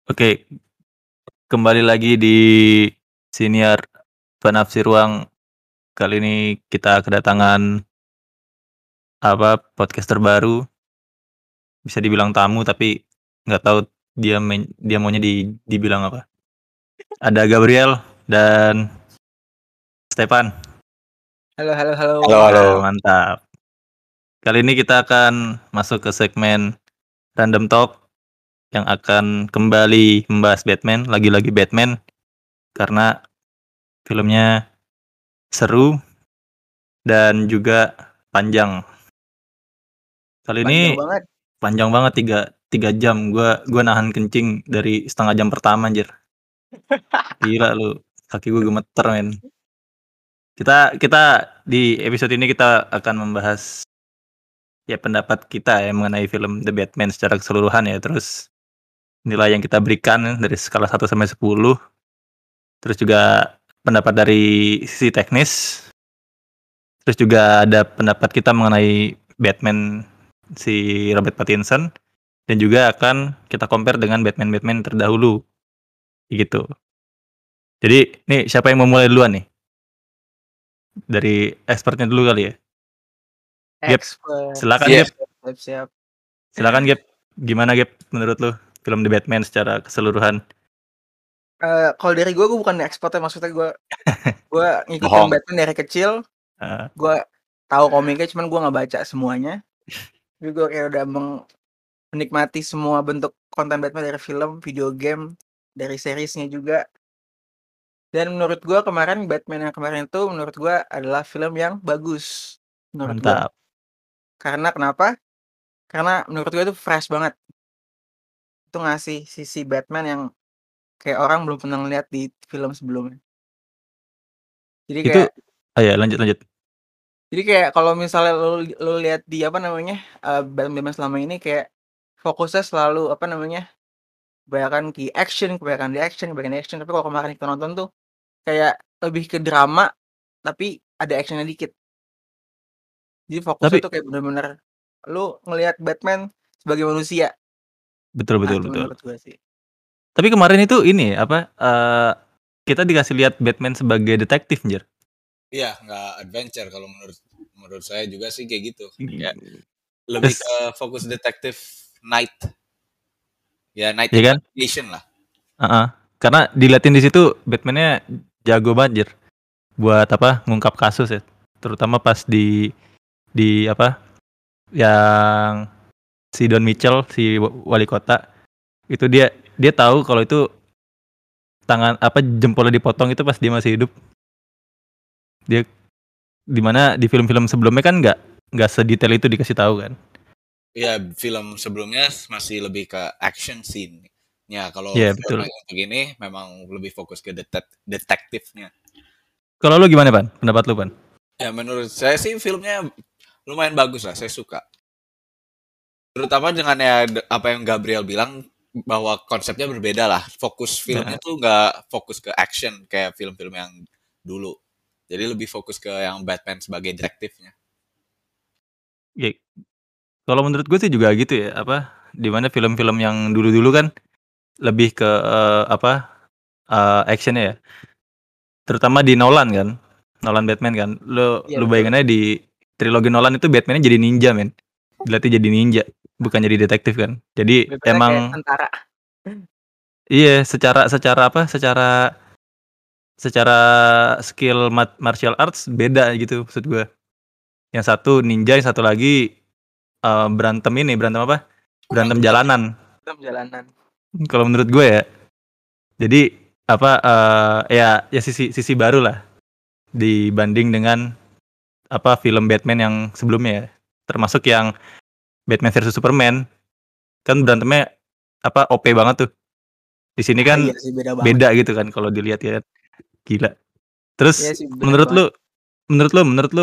Oke, kembali lagi di siniar penafsir ruang. Kali ini kita kedatangan podcaster baru. Bisa dibilang tamu tapi nggak tahu dia maunya dibilang apa. Ada Gabriel dan Stefan. Halo. Nah, mantap. Kali ini kita akan masuk ke segmen Random Talk yang akan kembali membahas Batman, lagi-lagi Batman karena filmnya seru dan juga panjang. Kali ini panjang banget 3 jam. Gua nahan kencing dari setengah jam pertama anjir. Gila lu, kaki gue gemeter men. Kita di episode ini kita akan membahas ya pendapat kita ya mengenai film The Batman secara keseluruhan ya. Terus nilai yang kita berikan dari skala 1 sampai 10. Terus juga pendapat dari sisi teknis. Terus juga ada pendapat kita mengenai Batman si Robert Pattinson. Dan juga akan kita compare dengan Batman terdahulu. Gitu. Jadi, nih siapa yang mau mulai duluan nih? Dari expertnya dulu kali ya. Gap, silakan Gap. Siap. Silakan Gap. Gimana Gap menurut lu film The Batman secara keseluruhan? Kalau dari gue bukan expertnya, maksudnya gue ngikutin Batman dari kecil. Gue tahu komiknya, cuman gue nggak baca semuanya. Jadi gue kayak udah menikmati semua bentuk konten Batman dari film, video game, dari seriesnya juga. Dan menurut gue Batman yang kemarin itu menurut gue adalah film yang bagus. Menurut gue. Mantap. Karena kenapa? Karena menurut gue itu fresh banget. Itu ngasih sisi Batman yang kayak orang belum pernah ngeliat di film sebelumnya. Jadi Itu kayak lanjut. Jadi kayak kalau misalnya lu lihat di Batman selama ini kayak fokusnya selalu kebanyakan di action. Tapi kalau kemarin kita nonton tuh kayak lebih ke drama tapi ada actionnya dikit. Jadi fokusnya tuh kayak bener-bener lu ngelihat Batman sebagai manusia. Betul. Menurut gue sih. Tapi kemarin itu ini kita dikasih lihat Batman sebagai detektif anjir. Iya, nggak adventure kalau menurut saya juga sih kayak gitu. Kayak lebih ke fokus detektif night. Ya night investigation lah. Karena diliatin di situ Batman-nya jago banget buat ngungkap kasus ya. Terutama pas di yang si Don Mitchell, si wali kota itu dia tahu kalau itu jempolnya dipotong itu pas dia masih hidup. Dia dimana di film-film sebelumnya kan nggak sedetail itu dikasih tahu kan. Iya, film sebelumnya masih lebih ke action scene. Ya, kalau film yang begini memang lebih fokus ke detektifnya. Kalau lu gimana, Pan? Pendapat lu, Pan? Ya, menurut saya sih filmnya lumayan bagus lah, saya suka. Terutama dengan apa yang Gabriel bilang, bahwa konsepnya berbeda lah. Fokus filmnya tuh nggak fokus ke action kayak film-film yang dulu. Jadi lebih fokus ke yang Batman sebagai detektifnya. Ya, kalau menurut gue sih juga gitu ya. Dimana film-film yang dulu-dulu kan lebih ke actionnya ya. Terutama di Nolan kan. Nolan Batman kan. Lu bayangin aja di trilogi Nolan itu Batman-nya jadi ninja, men. Dilatih jadi ninja, bukan jadi detektif kan. Jadi Batman emang kayak tentara. Iya, secara skill martial arts beda gitu maksud gue. Yang satu ninja, yang satu lagi berantem apa? Berantem jalanan. Kalau menurut gue ya. Jadi ya sisi baru lah dibanding dengan film Batman yang sebelumnya ya. Termasuk yang Batman versus Superman. Kan berantemnya OP banget tuh. Di sini kan beda gitu kan kalau dilihat ya. Gila. Terus menurut lu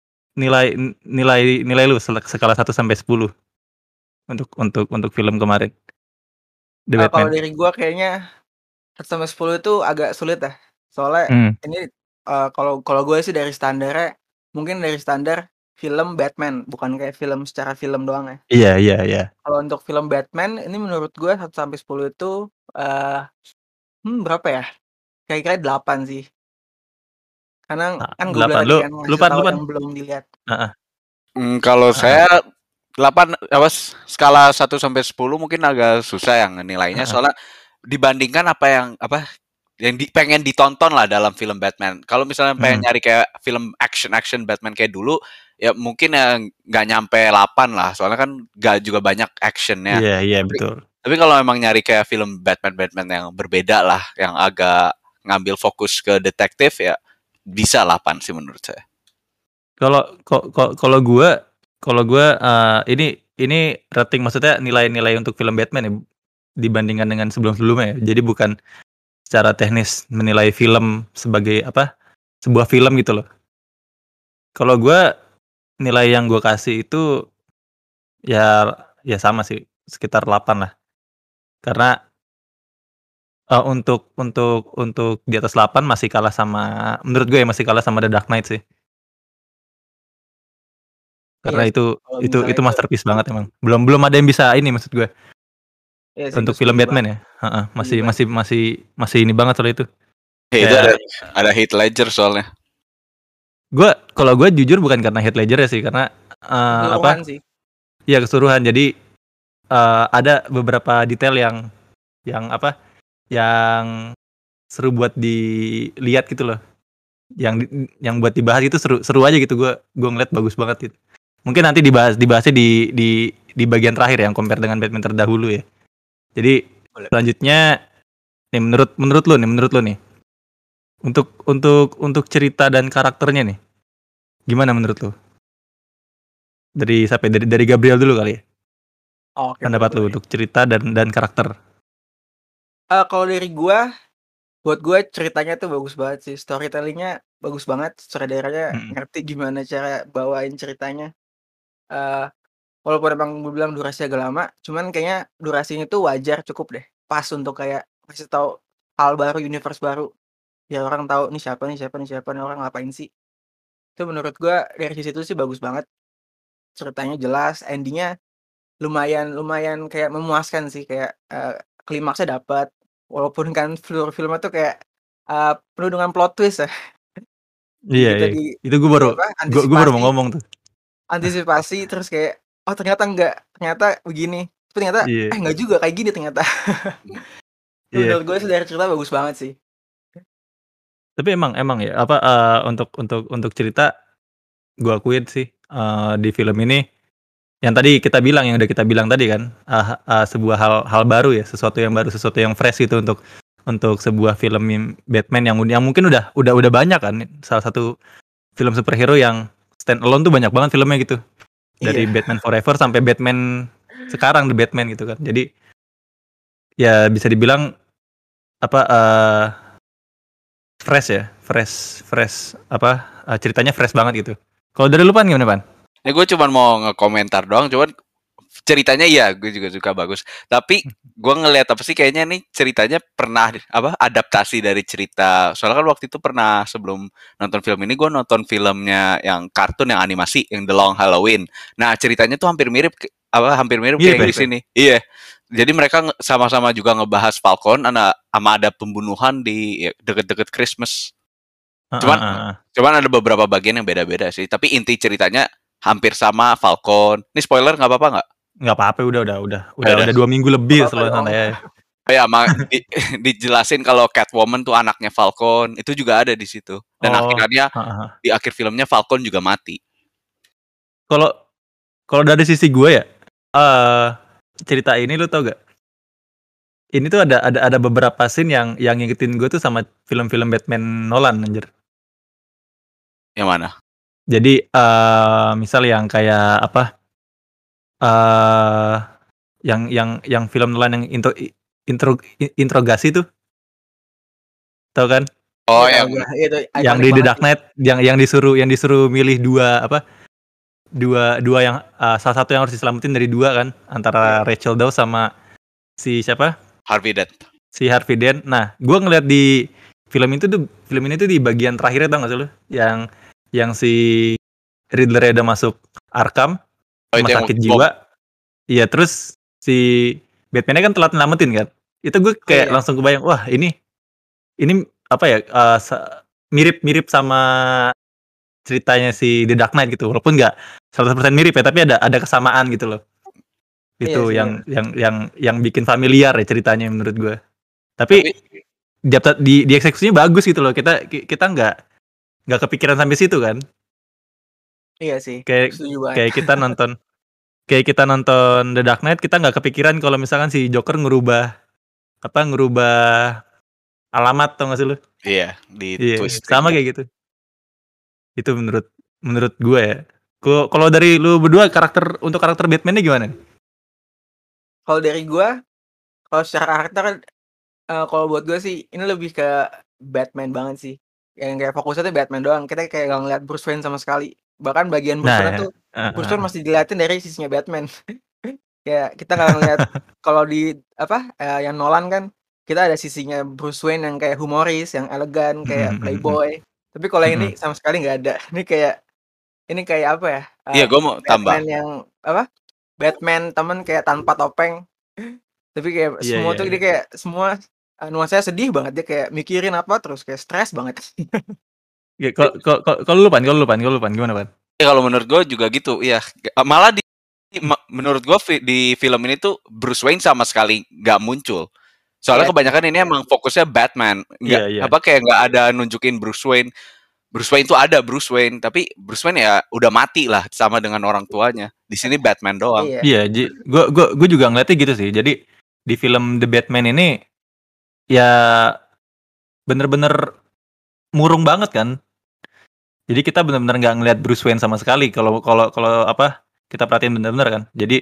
nilai lu skala 1 sampai 10 untuk film kemarin. Kalau dari gua kayaknya 1 sampai 10 itu agak sulit Soalnya ini kalau gue sih dari standar film Batman, bukan kayak film secara film doang ya. Iya. Kalau untuk film Batman ini menurut gue 1 sampai 10 itu berapa ya? Kira-kira 8 sih. Karena kan gue bilang 8 tadi lu kan ngasih lupan tahu lupan. yang belum dilihat. Kalau saya 8 skala 1 sampai 10 mungkin agak susah yang nilainya soalnya dibandingkan apa yang pengen ditonton lah dalam film Batman. Kalau misalnya pengen nyari kayak film action Batman kayak dulu, ya mungkin ya nggak nyampe 8 lah. Soalnya kan nggak juga banyak actionnya. Iya betul. Tapi kalau memang nyari kayak film Batman yang berbeda lah, yang agak ngambil fokus ke detektif ya bisa 8 sih menurut saya. Kalau gue ini rating, maksudnya nilai-nilai untuk film Batman ya dibandingkan dengan sebelum-sebelumnya ya. Jadi bukan secara teknis menilai film sebagai sebuah film gitu loh. Kalau gue nilai yang gue kasih itu ya sama sih, sekitar 8 lah. Karena untuk di atas 8 masih kalah sama, menurut gue ya masih kalah sama The Dark Knight sih. Karena Iya, itu masterpiece banget emang. Belum ada yang bisa ini, maksud gue. Iya sih, Untuk film Batman ya. Masih ini banget soal itu. Itu ada Heath Ledger soalnya. Kalau gue jujur bukan karena Heath Ledger ya sih, karena keseluruhan sih. Iya, keseluruhan. Jadi ada beberapa detail yang seru buat dilihat gitu loh. Yang buat dibahas itu seru aja gitu. Gue ngeliat bagus banget gitu. Mungkin nanti dibahasnya di bagian terakhir yang compare dengan Batman terdahulu ya. Jadi selanjutnya nih menurut lo nih untuk cerita dan karakternya nih gimana menurut lo? Dari Gabriel dulu kali ya. Oke, pendapat lo untuk cerita dan karakter. Kalau dari buat gue ceritanya tuh bagus banget sih, storytellingnya bagus banget, sutradaranya ngerti gimana cara bawain ceritanya. Walaupun emang gue bilang durasi agak lama, cuman kayaknya durasinya tuh wajar, cukup deh, pas untuk kayak kasih tahu hal baru, universe baru, biar orang tahu nih siapa nih orang ngapain sih. Itu menurut gue dari situ sih bagus banget, ceritanya jelas, endingnya lumayan kayak memuaskan sih, kayak klimaksnya dapat, walaupun kan seluruh filmnya tuh kayak penuh dengan plot twist ya. Iya. Itu gue baru mau ngomong tuh. Antisipasi terus kayak ternyata begini, tapi ternyata enggak juga kayak gini ternyata. Menurut gue dari cerita bagus banget sih. Tapi emang ya untuk cerita gue akuin sih di film ini yang tadi kita bilang, yang udah kita bilang tadi kan, sebuah hal baru ya, sesuatu yang baru, sesuatu yang fresh gitu untuk sebuah film Batman yang mungkin udah banyak kan. Salah satu film superhero yang stand alone tuh banyak banget filmnya gitu. Dari Batman Forever sampai Batman sekarang, The Batman gitu kan. Jadi ya bisa dibilang fresh ya, ceritanya fresh banget gitu. Kalau dari lu Pan gimana Pan? Ya gue cuma mau ngekomentar doang, cuman ceritanya iya gue juga suka bagus. Tapi gue ngelihat kayaknya nih ceritanya pernah adaptasi dari cerita. Soalnya kan waktu itu pernah sebelum nonton film ini gue nonton filmnya yang kartun, yang animasi, yang The Long Halloween. Nah ceritanya tuh hampir mirip kayak di sini. Iya. Jadi mereka sama-sama juga ngebahas Falcon, sama ada pembunuhan di deket-deket Christmas. Cuman ada beberapa bagian yang beda-beda sih. Tapi inti ceritanya hampir sama Falcon. Ini spoiler nggak apa-apa nggak? Nggak apa-apa, udah 2 minggu lebih setelah santai. Ya, dijelasin kalau Catwoman tuh anaknya Falcon, itu juga ada di situ. Dan akhirnya di akhir filmnya Falcon juga mati. Kalau dari sisi gue ya, cerita ini lu tau gak? Ini tuh ada beberapa scene yang ngingetin gue tuh sama film-film Batman Nolan anjir. Yang mana? Jadi misal yang kayak yang film Nolan yang interogasi tuh, tau kan? Oh, yang di The Dark Knight, yang disuruh milih dua yang salah satu yang harus diselamatin dari dua kan, antara Rachel Dawes sama si siapa? Harvey Dent. Nah, gue ngeliat di film ini tuh di bagian terakhirnya, tau gak sih lu? Yang si Riddler udah masuk Arkham, rumah sakit jiwa. Iya, terus si Batman-nya kan telat nyelamatin kan. Itu gue kayak langsung kebayang, wah ini apa ya, mirip-mirip sama ceritanya si The Dark Knight gitu. Walaupun nggak 100% mirip ya, tapi ada kesamaan gitu loh. Itu yang bikin familiar ya ceritanya menurut gue. Tapi di eksekusinya bagus gitu loh. Kita nggak kepikiran sampai situ kan. Iya sih. Kayak kita nonton The Dark Knight, kita nggak kepikiran kalau misalkan si Joker ngerubah alamat, tau gak sih lu? Iya, twist sama kayak gitu. Itu menurut gue ya. Kalau dari lu berdua, untuk karakter Batman-nya gimana? Kalau dari gue, kalau secara karakter kan, kalau buat gue sih ini lebih ke Batman banget sih. Yang kayak fokusnya tuh Batman doang. Kita kayak gak ngeliat Bruce Wayne sama sekali. Bahkan bagian Bruce Wayne tuh Bruce Wayne masih diliatin dari sisinya Batman. Kayak kita gak ngeliat kalau di yang Nolan kan kita ada sisinya Bruce Wayne yang kayak humoris, yang elegan, kayak playboy. Tapi kalau yang ini sama sekali nggak ada. Ini kayak apa ya? Iya, gue mau tambah. Batman yang Batman temen kayak tanpa topeng. Tapi kayak semua tuh dia kayak semua nuansanya sedih banget, dia kayak mikirin apa terus kayak stres banget. Ya, kalau lu Pan gimana Pan? Ya kalau menurut gue juga gitu, ya. Malah menurut gue di film ini tuh Bruce Wayne sama sekali nggak muncul. Soalnya kebanyakan ini emang fokusnya Batman, kayak nggak ada nunjukin Bruce Wayne. Bruce Wayne itu ada Bruce Wayne, tapi Bruce Wayne ya udah mati lah sama dengan orang tuanya. Di sini Batman doang. Iya, gue juga ngeliatnya gitu sih. Jadi di film The Batman ini ya bener-bener murung banget kan. Jadi kita bener-bener nggak ngeliat Bruce Wayne sama sekali. Kalau kita perhatiin bener-bener kan. Jadi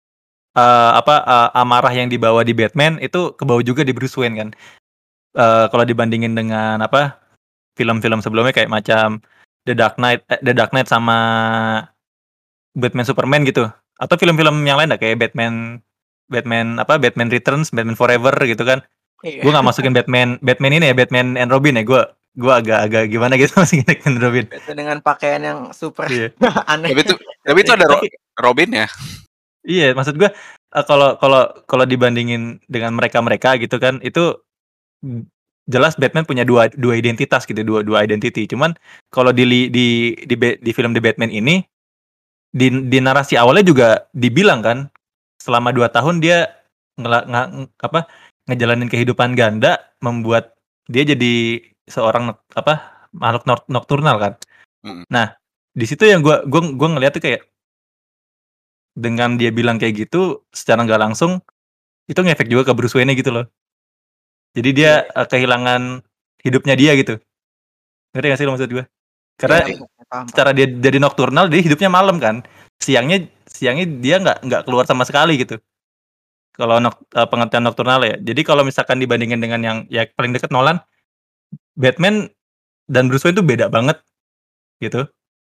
amarah yang dibawa di Batman itu kebawa juga di Bruce Wayne kan. Kalau dibandingin dengan film-film sebelumnya kayak macam The Dark Knight sama Batman Superman gitu, atau film-film yang lain kayak Batman Returns, Batman Forever gitu kan. Gue nggak masukin Batman ini ya, Batman and Robin ya. Gue agak gimana gitu masukin Batman and Robin. Dengan pakaian yang super aneh. Tapi itu ada Robin ya. Iya, maksud gue kalau dibandingin dengan mereka gitu kan, itu jelas Batman punya dua identitas gitu, dua identity. Cuman kalau di film The Batman ini, di narasi awalnya juga dibilang kan selama 2 tahun dia ngejalanin kehidupan ganda, membuat dia jadi seorang makhluk nokturnal kan. Nah, di situ yang gue ngeliat tuh kayak dengan dia bilang kayak gitu secara nggak langsung itu ngefek juga ke Bruce Wayne gitu loh. Jadi dia kehilangan hidupnya dia gitu. Ngerti gak sih lo maksud gue? Karena secara dia jadi nokturnal, dia hidupnya malam kan. Siangnya dia nggak keluar sama sekali gitu. Kalau pengertian nokturnal ya. Jadi kalau misalkan dibandingin dengan yang ya paling dekat Nolan, Batman dan Bruce Wayne tuh beda banget gitu.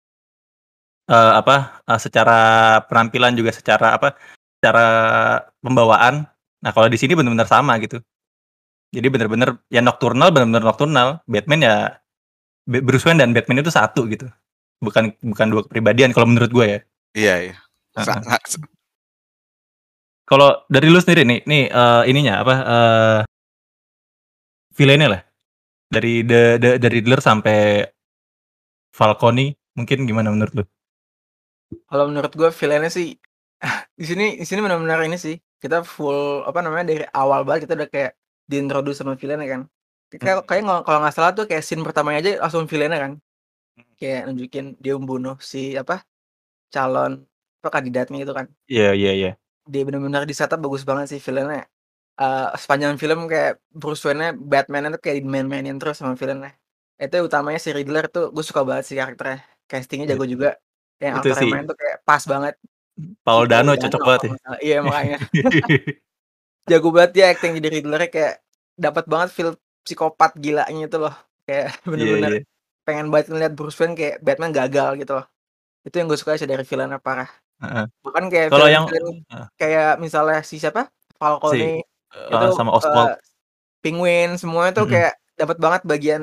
Secara penampilan juga secara pembawaan. Nah, kalau di sini benar-benar sama gitu. Jadi benar-benar ya nocturnal, Batman ya Bruce Wayne dan Batman itu satu gitu. Bukan dua kepribadian kalau menurut gue ya. Iya. Kalau dari lu sendiri nih ininya villainnya lah. Dari Riddler sampai Falcone, mungkin gimana menurut lu? Kalau menurut gue villainnya sih di sini benar-benar ini sih. Kita full dari awal banget kita udah kayak diintroduce sama villainnya kan. Kayak kalau nggak salah tuh kayak scene pertamanya aja langsung villainnya kan. Kayak nunjukin dia membunuh si calon kandidatnya itu kan. Iya. Dia benar-benar di setup bagus banget sih villainnya. Sepanjang film kayak Bruce Wayne-nya, Batman-nya tuh kayak dimain-mainin terus sama villainnya. Itu utamanya si Riddler tuh gue suka banget sih karakternya. Castingnya jago juga. Yang aktornya main tuh kayak pas banget. Paul Dano cocok banget ya. Iya makanya. Jago banget dia acting jadi Riddler-nya, kayak dapat banget feel psikopat gilanya itu loh. Kayak bener-bener pengen banget ngeliat Bruce Wayne kayak Batman gagal gitu loh. Itu yang gue suka sih dari villain-nya parah. Bukan kayak kalau yang kayak misalnya si siapa? Falcone itu sama Oswald, Penguin semuanya tuh kayak dapat banget bagian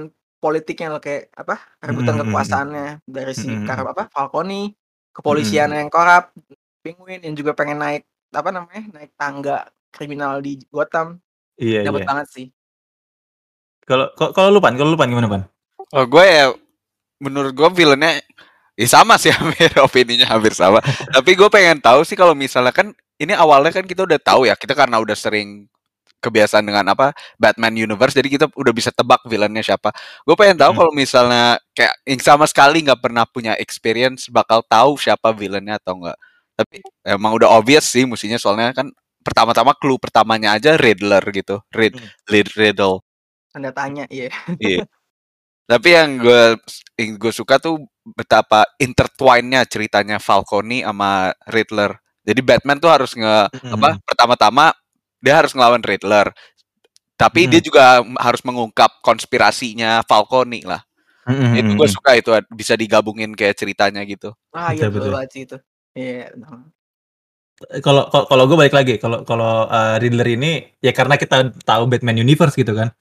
politiknya loh, kayak apa, rebutan kekuasaannya dari si Falcone, kepolisian yang korup, Penguin yang juga pengen naik naik tangga kriminal di Gotham. Iya, Dapet iya. banget sih. Kalau lu Pan gimana Pan? Oh, gue ya menurut gue villainnya sama sih, hampir opininya hampir sama. Tapi gue pengen tahu sih kalau misalnya kan ini awalnya kan kita udah tahu ya, kita karena udah sering kebiasaan dengan Batman Universe, jadi kita udah bisa tebak villainnya siapa. Gue pengen tahu kalau misalnya kayak sama sekali nggak pernah punya experience, bakal tahu siapa villainnya atau enggak. Tapi emang udah obvious sih mestinya, soalnya kan pertama-tama clue pertamanya aja Riddler gitu, Riddle. Tanda tanya, iya. Iya. Tapi yang gue suka tuh betapa intertwine-nya ceritanya Falcone sama Riddler. Jadi Batman tuh harus pertama-tama dia harus ngelawan Riddler. Tapi dia juga harus mengungkap konspirasinya Falcone lah. Itu gue suka, itu bisa digabungin kayak ceritanya gitu. Iya, betul banget sih itu. Iya. Kalau gue balik lagi, kalau Riddler ini ya karena kita tahu Batman Universe gitu kan.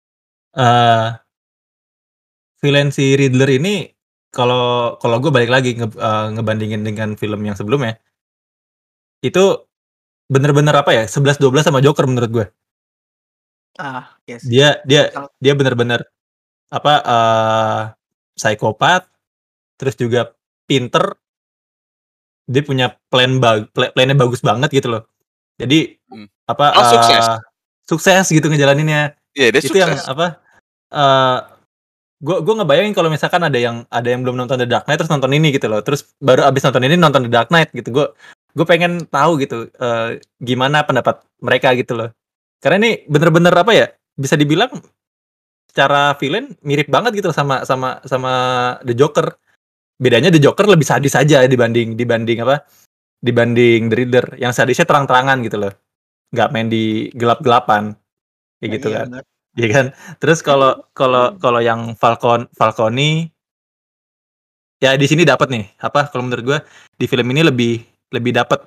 Villain si Riddler ini kalau gue balik lagi ngebandingin dengan film yang sebelumnya, itu bener-bener apa ya, 11-12 sama Joker menurut gue. Yes. Dia bener-bener psikopat, terus juga pinter, dia punya plannya bagus banget gitu loh. Jadi sukses gitu ngejalaninnya. Iya, dia itu sukses. Yang gue ngebayangin kalau misalkan ada yang belum nonton The Dark Knight terus nonton ini gitu loh, terus baru abis nonton ini nonton The Dark Knight gitu, gue pengen tahu gitu gimana pendapat mereka gitu loh, karena ini bener-bener apa ya, bisa dibilang secara villain mirip banget gitu sama The Joker. Bedanya The Joker lebih sadis aja dibanding The Riddler, yang sadisnya terang-terangan gitu loh, nggak main di gelap-gelapan kayak gitu kan. Iya kan. Terus kalau yang Falcone ya di sini dapat nih, kalau menurut gue di film ini lebih dapat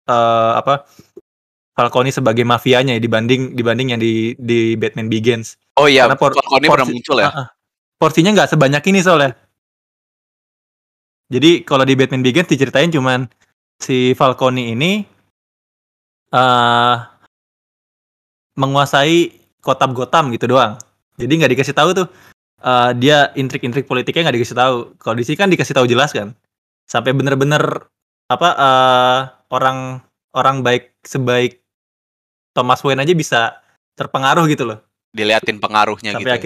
Falcone sebagai mafianya dibanding yang di Batman Begins. Oh iya, Falcone pernah muncul ya. Porsinya nggak sebanyak ini soalnya. Jadi kalau di Batman Begins diceritain cuman si Falcone ini menguasai kota Gotham gitu doang. Jadi nggak dikasih tahu tuh dia intrik-intrik politiknya, nggak dikasih tahu. Kalau di sini kan dikasih tahu jelas kan. Sampai bener-bener orang baik sebaik Thomas Wayne aja bisa terpengaruh gitu loh. Diliatin pengaruhnya sampai gitu.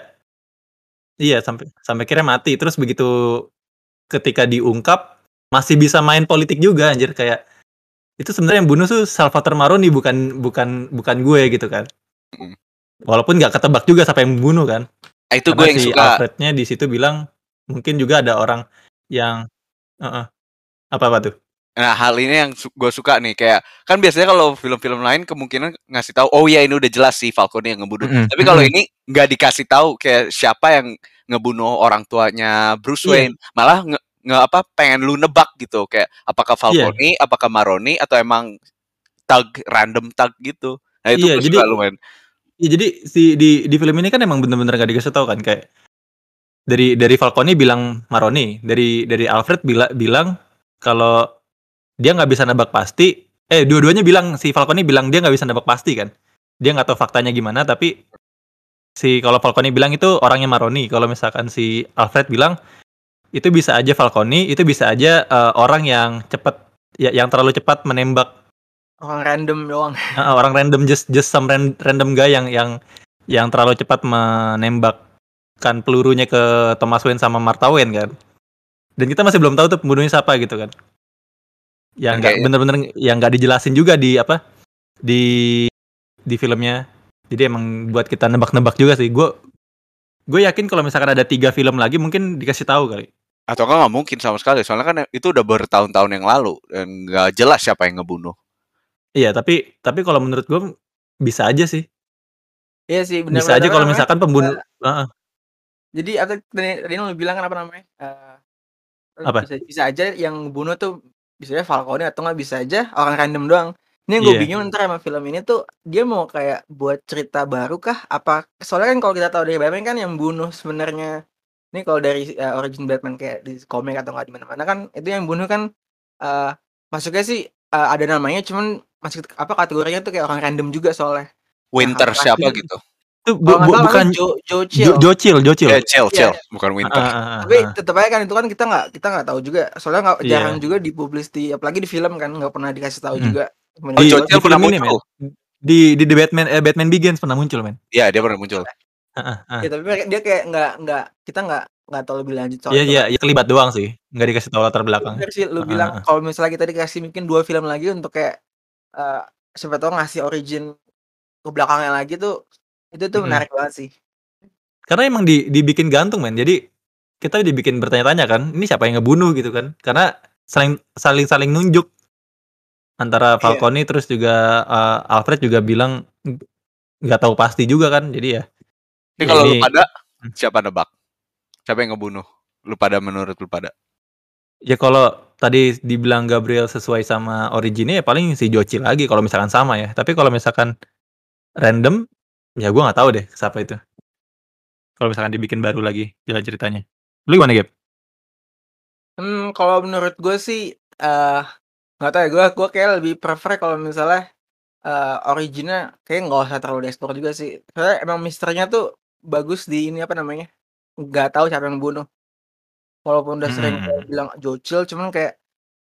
Sampai akhirnya mati. Terus begitu ketika diungkap masih bisa main politik juga, anjir, kayak itu sebenarnya yang bunuh tuh Salvatore Maroni, bukan gue gitu kan. Walaupun nggak ketebak juga siapa yang membunuh kan. Itu karena gue yang si suka. Alfrednya di situ bilang mungkin juga ada orang yang apa tuh. Nah, hal ini yang gue suka nih, kayak kan biasanya kalau film-film lain kemungkinan ngasih tahu, oh ya ini udah jelas sih Falcone yang ngebunuh. Tapi kalau ini nggak dikasih tahu kayak siapa yang ngebunuh orang tuanya Bruce Wayne, malah pengen lu nebak gitu, kayak apakah Falcone, apakah Maroni, atau emang random thug gitu. Nah itu gue suka lumayan. Iya, jadi di film ini kan emang bener-bener gak dikasih tahu kan, kayak dari Falcone bilang Maroni, dari Alfred bilang kalau dia nggak bisa nebak pasti. Dua-duanya bilang, si Falcone bilang dia nggak bisa nebak pasti kan, dia nggak tahu faktanya gimana. Tapi kalau Falcone bilang itu orangnya Maroni, kalau misalkan si Alfred bilang itu bisa aja Falcone, itu bisa aja orang yang cepat ya, yang terlalu cepat menembak. Orang random doang. Orang random, just some random guy yang terlalu cepat menembakkan pelurunya ke Thomas Wayne sama Martha Wayne kan. Dan kita masih belum tahu tuh pembunuhnya siapa gitu kan. Yang nggak bener-bener, yang nggak dijelasin juga di filmnya. Jadi emang buat kita nebak-nebak juga sih. Gue yakin kalau misalkan ada 3 film lagi mungkin dikasih tahu kali. Atau nggak mungkin sama sekali, soalnya kan itu udah bertahun-tahun yang lalu dan nggak jelas siapa yang ngebunuh. Iya, tapi kalau menurut gue bisa aja sih. Iya sih, benar. Bisa aja kalau misalkan pembunuh. Jadi tadi lu bilang kan apa namanya? Apa? Bisa aja yang bunuh tuh bisa aja Falcone, atau nggak bisa aja orang random doang. Ini yang gue bingung ntar sama film ini tuh, dia mau kayak buat cerita baru kah? Apa soalnya kan kalau kita tahu dari Batman kan yang bunuh sebenarnya, ini kalau dari origin Batman kayak di komik atau nggak di mana-mana kan itu yang bunuh kan masuknya sih ada namanya cuman masih apa kategorinya tuh kayak orang random juga soalnya. Winter siapa gitu? Itu bukan Joe Chill. Chill, bukan Winter. Tapi tetap aja kan itu kan kita nggak tahu juga. Soalnya jarang juga dipublis apalagi di film kan nggak pernah dikasih tahu juga. Joe Chill pernah muncul. Di Batman Begins pernah muncul, men. Iya, dia pernah muncul. Ya tapi dia kayak kita nggak tahu lebih lanjut soal itu. Iya, terlibat doang sih. Nggak dikasih tahu latar belakang. Bener sih lu bilang kalau misalnya kita dikasih mungkin 2 film lagi untuk kayak siapa tahu ngasih origin ke belakangnya lagi tuh itu menarik banget sih. Karena emang dibikin gantung, men. Jadi kita dibikin bertanya-tanya kan, ini siapa yang ngebunuh gitu kan? Karena saling nunjuk antara Falcone terus juga Alfred juga bilang nggak tahu pasti juga kan. Jadi ya. Ini kalau lu pada siapa nebak? Siapa yang ngebunuh? Menurut lu pada? Ya kalau tadi dibilang Gabriel sesuai sama originnya ya paling si Joe Chill lagi kalau misalkan sama ya. Tapi kalau misalkan random, ya gue nggak tahu deh siapa itu. Kalau misalkan dibikin baru lagi jalan ceritanya. Lu gimana, Gap? Kalau menurut gue sih nggak tahu ya, gue kayak lebih prefer kalau misalnya originnya kayak nggak usah terlalu diekspor juga sih. Soalnya emang misterinya tuh bagus di ini apa namanya? Nggak tahu siapa yang bunuh. Walaupun udah sering bilang Joe Chill, cuman kayak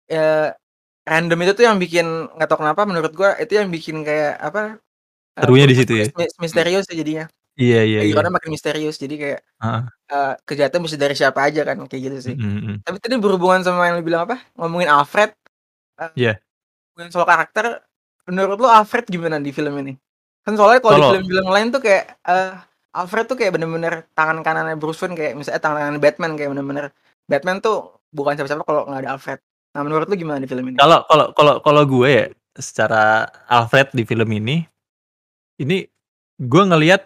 random itu tuh yang bikin nggak tahu kenapa menurut gue itu yang bikin kayak apa? Serunya di situ ya. Misterius ya jadinya. Iya. Karena makin misterius jadi kayak kejahatan mesti dari siapa aja kan kayak gitu sih. Tapi tadi berhubungan sama yang lu bilang apa? Ngomongin Alfred. Ngomongin soal karakter, menurut lu Alfred gimana di film ini? Kan soalnya kalau di film-film lain tuh kayak Alfred tuh kayak bener-bener tangan kanannya Bruce Wayne kayak misalnya tangan kanan Batman kayak bener-bener Batman tuh bukan siapa-siapa kalau nggak ada Alfred. Nah menurut lu gimana di film ini? Kalau gue ya secara Alfred di film ini gue ngelihat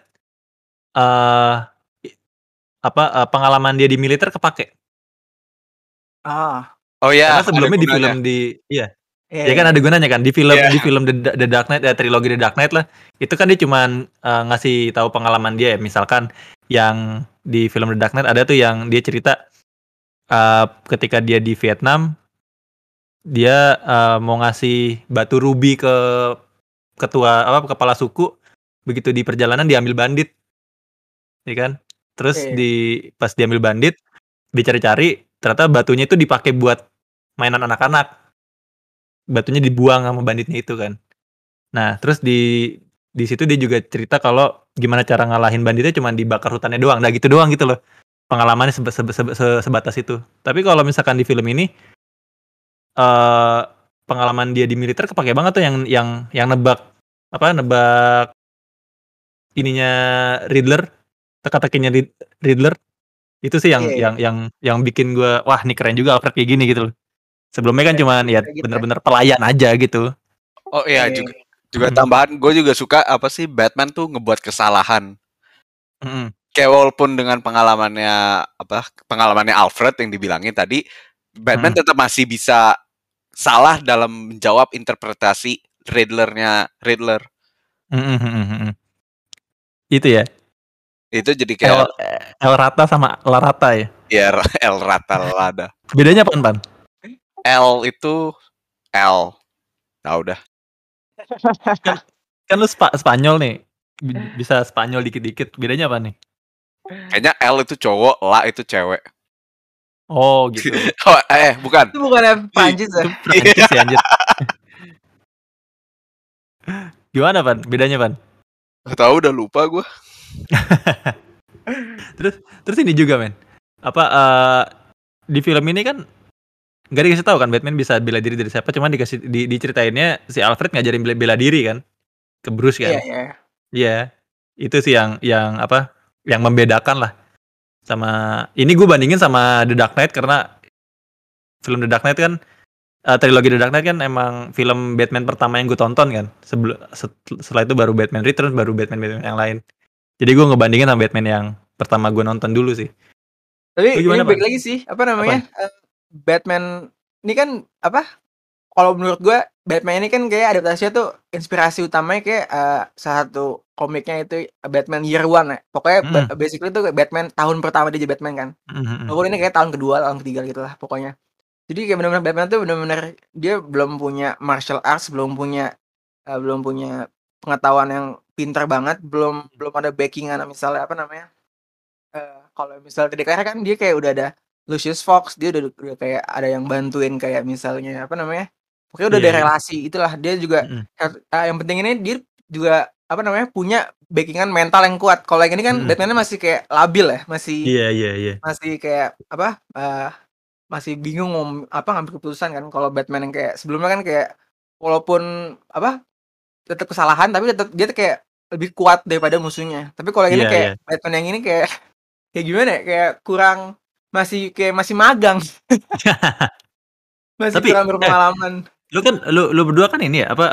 pengalaman dia di militer kepake. Oh iya. Karena sebelumnya di film ya kan ada gunanya kan di film The Dark Knight trilogi The Dark Knight lah. Itu kan dia cuman ngasih tahu pengalaman dia ya. Misalkan yang di film The Dark Knight ada tuh yang dia cerita ketika dia di Vietnam dia mau ngasih batu rubi ke kepala suku, begitu di perjalanan diambil bandit. Ya kan? Terus pas diambil bandit dicari-cari ternyata batunya itu dipakai buat mainan anak-anak. Batunya dibuang sama banditnya itu kan. Nah, terus di situ dia juga cerita kalau gimana cara ngalahin banditnya cuma dibakar hutannya doang. Nah, gitu doang gitu loh. Pengalamannya sebatas itu. Tapi kalau misalkan di film ini pengalaman dia di militer kepake banget tuh yang nebak ininya Riddler, teka-tekinya Riddler. Itu sih yang bikin gue wah nih keren juga Alfred kayak gini gitu loh. Sebelumnya kan cuman ya bener-bener pelayan aja gitu. Oh iya juga tambahan gue juga suka apa sih Batman tuh ngebuat kesalahan. Kayak walaupun dengan pengalamannya Alfred yang dibilangin tadi, Batman tetap masih bisa salah dalam menjawab interpretasi Riddler. Itu ya. Itu jadi kayak El Rata sama La Rata ya. Iya, El Rata Lada. Bedanya apaan, Pan? L itu L. Tahu dah. Kan lu Spanyol nih. Bisa Spanyol dikit-dikit. Bedanya apa nih? Kayaknya L itu cowok, La itu cewek. Oh, gitu. Bukan. Itu bukan Prancis ya? Prancis ya, anjir. Gimana, Pan? Bedanya, Pan? Gak tahu, udah lupa gue. terus ini juga, men. Di film ini kan nggak dikasih tahu kan Batman bisa bela diri dari siapa, cuman diceritainnya si Alfred ngajarin bela diri kan ke Bruce kan. Iya. Itu sih yang membedakan lah sama ini. Gue bandingin sama The Dark Knight karena film The Dark Knight kan trilogi The Dark Knight kan emang film Batman pertama yang gue tonton kan. Setelah itu baru Batman Returns, baru Batman yang lain. Jadi gue ngebandingin sama Batman yang pertama gue nonton dulu sih. Tapi ini balik lagi sih, apa namanya? Batman ini kan kalau menurut gue Batman ini kan kayak adaptasinya tuh inspirasi utamanya kayak salah satu komiknya itu Batman Year One ya. Pokoknya basically tuh Batman tahun pertama dia jadi Batman kan. Walaupun ini kayak tahun kedua, tahun ketiga gitu lah pokoknya. Jadi kayak benar-benar Batman tuh benar-benar dia belum punya martial arts, belum punya pengetahuan yang pintar banget, belum ada backingan misalnya apa namanya. Kalau misalnya tadi kan dia kayak udah ada Lucius Fox, dia udah kayak ada yang bantuin kayak misalnya apa namanya. Pokoknya udah ada relasi itulah dia juga yang penting ini dia juga apa namanya punya backingan mental yang kuat. Kalau yang ini kan Batman-nya masih kayak labil ya, masih kayak apa masih bingung ngambil keputusan kan. Kalau Batman yang kayak sebelumnya kan kayak walaupun apa tetap kesalahan tapi tetap dia tuh kayak lebih kuat daripada musuhnya. Tapi kalau yang ini kayak Batman yang ini kayak gimana ya kayak kurang masih magang. Masih Tapi kurang berpengalaman. Lu berdua kan ini ya apa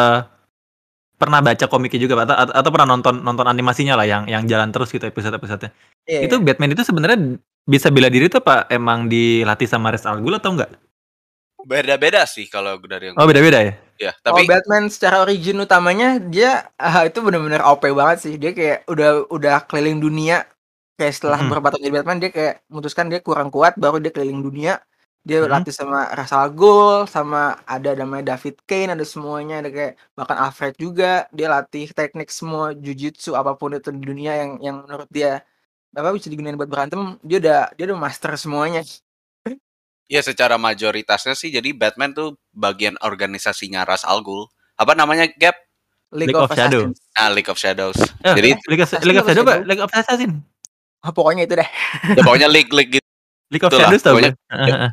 pernah baca komiknya juga atau pernah nonton animasinya lah yang jalan terus gitu episode-episodenya. Itu Batman itu sebenarnya bisa bela diri tuh apa emang dilatih sama Ra's al Ghul atau enggak? Beda-beda sih kalau dari yang beda-beda ya? Ya, tapi Batman secara origin utamanya dia itu benar-benar OP banget sih. Dia kayak udah keliling dunia. Kayak setelah beberapa tahun jadi Batman dia kayak memutuskan dia kurang kuat baru dia keliling dunia. Dia latih sama Ra's al Ghul, sama ada namanya David Kane, ada semuanya, ada kayak bahkan Alfred juga, dia latih teknik semua jujutsu apapun itu di dunia yang menurut dia bisa digunakan buat berantem, dia udah master semuanya. Ya secara majoritasnya sih jadi Batman tuh bagian organisasinya Ra's al Ghul. Apa namanya, Gap? League of Shadows. League of Shadows. Jadi League of Shadows apa? League of Assassin. Pokoknya itu deh. Ya pokoknya League gitu. League of Shadows tau gue.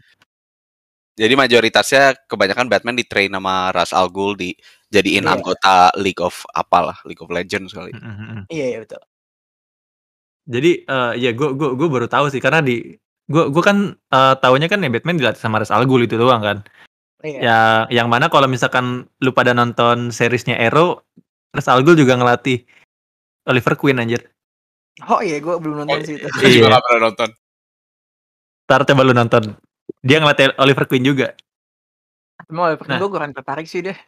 Jadi majoritasnya kebanyakan Batman di-train sama Ra's al Ghul dijadiin anggota League of Legends kali. Iya betul. Jadi ya gue baru tahu sih karena gue kan taunya kan ya Batman dilatih sama Ra's al Ghul itu doang kan. Ya yang mana kalau misalkan lu pada nonton seriesnya Arrow, Ra's al Ghul juga ngelatih Oliver Queen anjir. Oh iya, gue belum nonton sih itu. Gue juga gak pernah nonton. Ntar coba lu nonton. Dia ngelatih Oliver Queen juga. Cuma Oliver Queen gue kurang tertarik sih deh.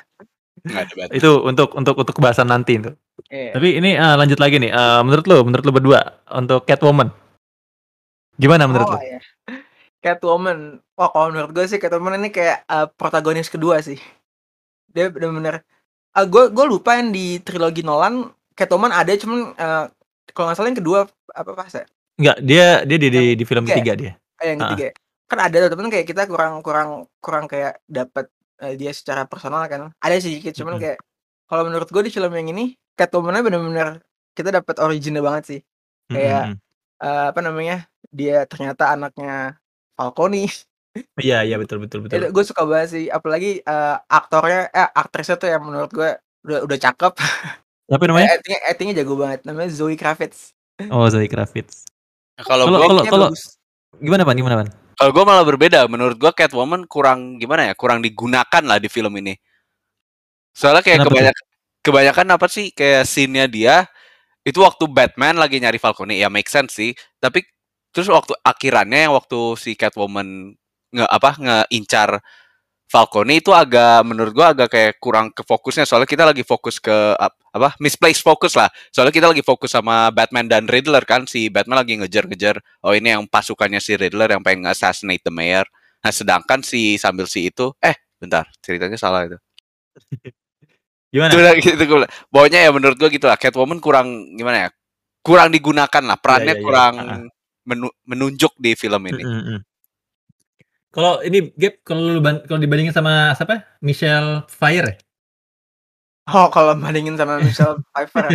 Itu untuk bahasan nanti itu. Tapi ini lanjut lagi nih. Menurut lu berdua untuk Catwoman, gimana menurut lu? Iya. Catwoman, kalau menurut gue sih Catwoman ini kayak protagonis kedua sih. Dia benar-benar. Gue lupa yang di trilogi Nolan Catwoman ada, cuman kalau nggak salah yang kedua apa pas ya? Enggak, dia di film ketiga dia. Yang ketiga. Kan ada teman kayak kita kurang kayak dapat dia secara personal kan. Ada sih sedikit, cuman kayak kalau menurut gue di film yang ini Catwoman-nya benar-benar kita dapat original banget sih. Kayak apa namanya? Dia ternyata anaknya Falcone. Iya betul. Gue suka banget sih, apalagi aktrisnya tuh yang menurut gue udah cakep. Apa namanya? Actingnya jago banget, namanya Zoe Kravitz. Oh, Zoe Kravitz. Kalau gimana Pan? Kalau gue malah berbeda, menurut gue Catwoman kurang digunakan lah di film ini. Soalnya kayak kebanyakan apa sih kayak scene-nya dia itu waktu Batman lagi nyari Falcone, ya make sense sih. Tapi terus waktu akhirannya yang waktu si Catwoman ngeincar Falcone itu menurut gua agak kayak kurang ke fokusnya, soalnya kita lagi fokus ke misplaced focus lah. Soalnya kita lagi fokus sama Batman dan Riddler kan, si Batman lagi ngejar-ngejar ini yang pasukannya si Riddler yang pengen assassinate the mayor. Nah, sedangkan sambil itu bentar, ceritanya salah itu. Gimana? Gitu, pokoknya ya menurut gua gitu lah, Catwoman kurang gimana ya? Kurang digunakan lah, perannya kurang menunjuk di film ini. Kalau ini Gap, kalau dibandingin sama siapa? Michelle Pfeiffer ya? Oh, kalau bandingin sama Michelle Pfeiffer.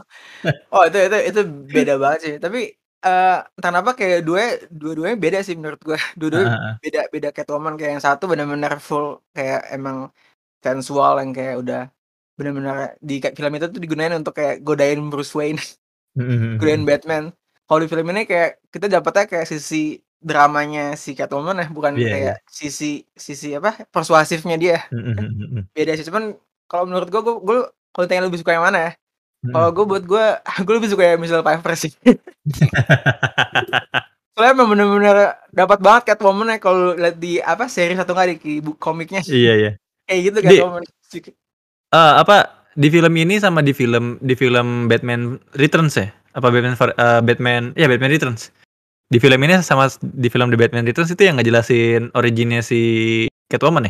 Itu beda banget sih. Tapi entah kenapa kayak dua-duanya beda sih menurut gue. Dua-duanya beda Catwoman, kayak yang satu benar-benar full kayak emang sensual yang kayak udah benar-benar di film itu tuh digunain untuk kayak godain Bruce Wayne. Godain Batman. Kalau di film ini kayak kita dapetnya kayak sisi dramanya si Catwoman bukan kayak sisi persuasifnya dia. Beda sih, cuman kalau menurut gue kalau tanya lebih suka yang mana ya? Kalau gue lebih suka yang Michelle Pfeiffer sih. Soalnya emang bener-bener dapat banget Catwoman-nya kalau lihat di series atau enggak di komiknya. Iya. Kayak gitu Catwoman. Di film ini sama di film Batman Returns ya? Apa Batman Returns. Di film ini sama di film The Batman Returns itu yang ngejelasin originnya si Catwoman ya?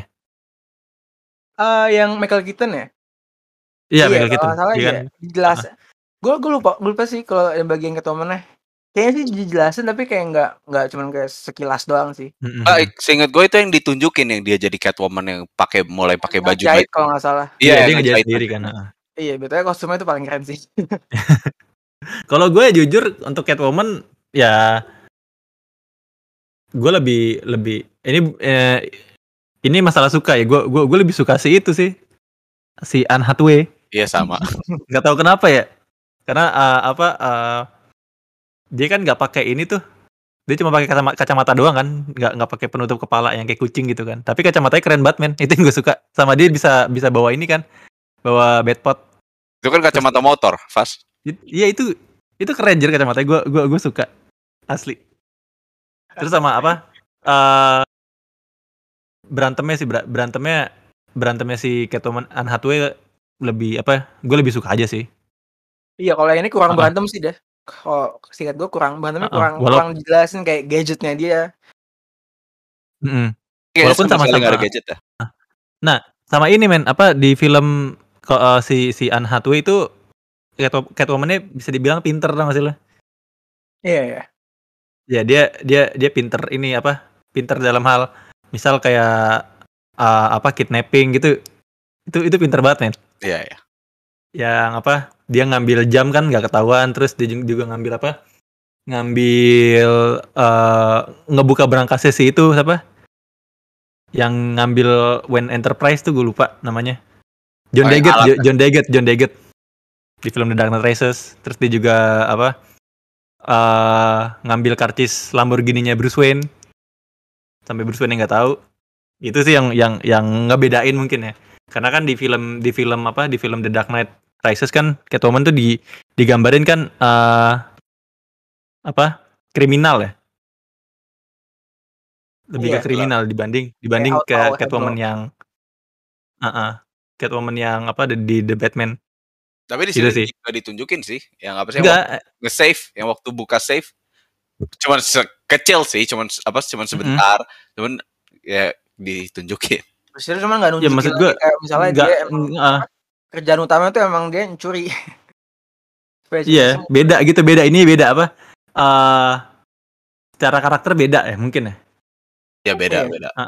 Yang Michael Keaton ya? Iya, Michael Keaton. Kalau salah ya, jelas. Gue lupa sih kalau yang bagian Catwoman-nya. Kayaknya sih dijelasin tapi kayak nggak cuma kayak sekilas doang sih. Seingat gue itu yang ditunjukin yang dia jadi Catwoman yang mulai pakai baju jahit kalau nggak salah. Iya, dia ngejahit sendiri kan. Iya, betulnya kostumnya itu paling keren sih. Kalau gue jujur untuk Catwoman ya gue lebih ini masalah suka ya. Gue lebih suka si itu sih. Si Anne Hathaway. Iya sama. Nggak tahu kenapa ya. Karena dia kan nggak pakai ini tuh. Dia cuma pakai kacamata doang kan, nggak pakai penutup kepala yang kayak kucing gitu kan. Tapi kacamatanya keren banget men. Itu yang gue suka. Sama dia bisa bawa ini kan, bawa bedpot. Itu kan kacamata motor, Fas. Iya itu keren jer kacamatanya. Gue suka asli. Terus sama berantemnya si Catwoman Anne Hathaway lebih gue lebih suka aja sih. Iya, kalau yang ini kurang berantem sih dah. Kalau singkat gue kurang berantemnya kurang dijelasin kayak gadgetnya dia. Walaupun sama-sama ada gadget ya. Nah, sama ini men, di film si Anne Hathaway itu Catwoman-nya bisa dibilang pinter tau gak sih lo? Iya. Ya dia pinter ini pinter dalam hal misal kayak kidnapping gitu. Itu pinter banget men. Iya. Yang dia ngambil jam kan nggak ketahuan, terus dia juga ngambil ngebuka berangkasnya si itu siapa? Yang ngambil Wayne Enterprise tuh gue lupa namanya. John Daggett di film The Dark Knight Rises. Terus dia juga ngambil karcis Lamborghini-nya Bruce Wayne. Sampai Bruce Wayne nggak tahu. Itu sih yang ngebedain mungkin ya. Karena kan di film The Dark Knight Rises kan Catwoman tuh digambarin kan kriminal ya. Lebih ke kriminal dibanding ke Catwoman yang Catwoman yang di The Batman. Tapi di sini juga ditunjukin sih yang nge-save, yang waktu buka save cuman kecil sih, cuman sebentar, cuman ya ditunjukin. Terus cuman nggak nunjukin maksud gue, kayak misalnya dia emang kerjaan utamanya tuh emang dia mencuri. Iya, beda gitu, ini beda secara karakter beda ya mungkin ya. Ya beda.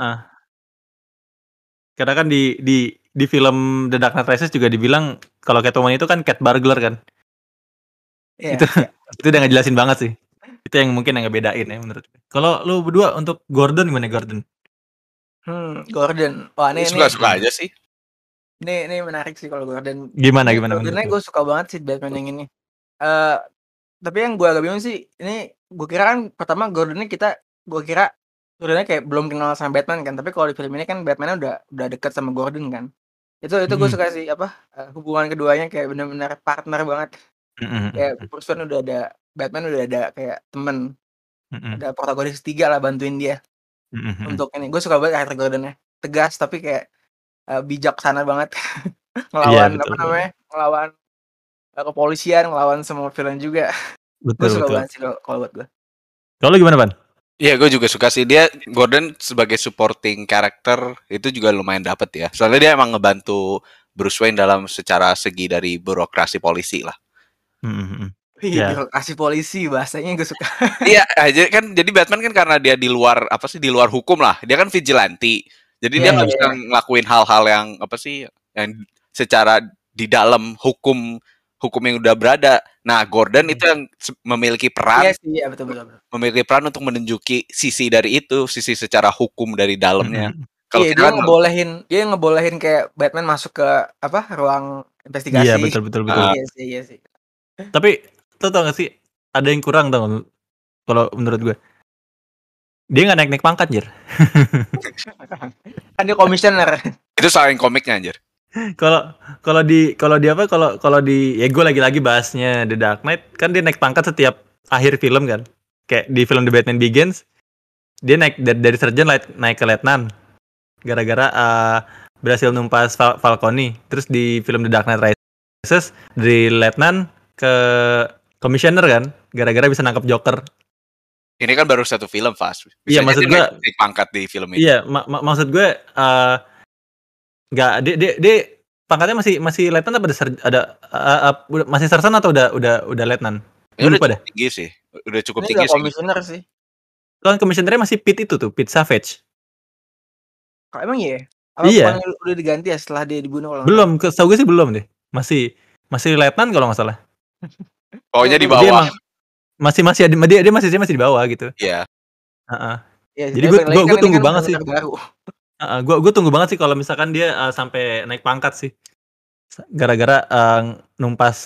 Karena kan di film The Dark Knight Rises juga dibilang kalau Catwoman itu kan cat burglar kan. Itu udah ngejelasin banget sih. Itu yang mungkin yang ngebedain ya menurut gue. Kalau lu berdua untuk Gordon gimana Gordon? Gordon. Wah, ini suka aja sih. Ini menarik sih kalau Gordon. Gimana? Gordonnya gue suka banget sih Batman yang ini. Tapi yang gue agak bingung sih, ini gue kira kan pertama Gordonnya kayak belum kenal sama Batman kan, tapi kalau di film ini kan Batman-nya udah dekat sama Gordon kan. Itu gue suka sih hubungan keduanya kayak benar-benar partner banget. Kayak Bruce Wayne Batman udah ada kayak temen. Ada protagonis ketiga lah bantuin dia. Untuk ini gue suka banget karakter Gordon-nya. Tegas tapi kayak bijaksana banget. ngelawan ngelawan kepolisian, ngelawan semua villain juga. Gue suka banget sih kalau buat gue. Kalau gimana, Pan? Iya, gue juga suka sih. Dia Gordon sebagai supporting karakter itu juga lumayan dapet ya. Soalnya dia emang ngebantu Bruce Wayne dalam secara segi dari birokrasi polisi lah. Birokrasi polisi bahasanya gue suka. Iya, jadi Batman kan karena dia di luar hukum lah. Dia kan vigilante. Jadi dia nggak bisa ngelakuin hal-hal yang yang secara di dalam hukum yang udah berada. Nah, Gordon itu yang memiliki peran. Iya, betul. Memiliki peran untuk menunjuki sisi dari itu, sisi secara hukum dari dalamnya. Kalau dia ngebolehin kayak Batman masuk ke ruang investigasi. Iya, betul. Iya sih. Tapi lo tau gak sih ada yang kurang tau kalau menurut gue. Dia nggak naik pangkat, Anjir. Kan dia komisioner. Itu saling komiknya, Anjir. Kalau di ya gue lagi bahasnya The Dark Knight kan dia naik pangkat setiap akhir film kan. Kayak di film The Batman Begins, dia naik dari sergeant naik ke letnan gara-gara berhasil numpas Falcone. Terus di film The Dark Knight Rises dari letnan ke commissioner kan, gara-gara bisa nangkap Joker. Ini kan baru satu film, Fas. Iya, maksud gue naik pangkat di film ini. Iya, maksud gue nggak dia pangkatnya masih letnan apa ada masih sersan atau udah letnan? Gue lupa deh. Tinggi sih. Udah cukup tinggi sih. Komisioner sih. Kan komisionernya masih Pete itu tuh, Pete Savage. Kok emang iya? Iya. Udah diganti ya setelah dia dibunuh kalau belum, setahu gue sih belum deh. Masih letnan kalau nggak salah. Pokoknya di bawah. Dia masih di bawah gitu. Iya. Jadi gue tunggu banget sih. Gue tunggu banget sih kalau misalkan dia sampai naik pangkat sih. Gara-gara numpas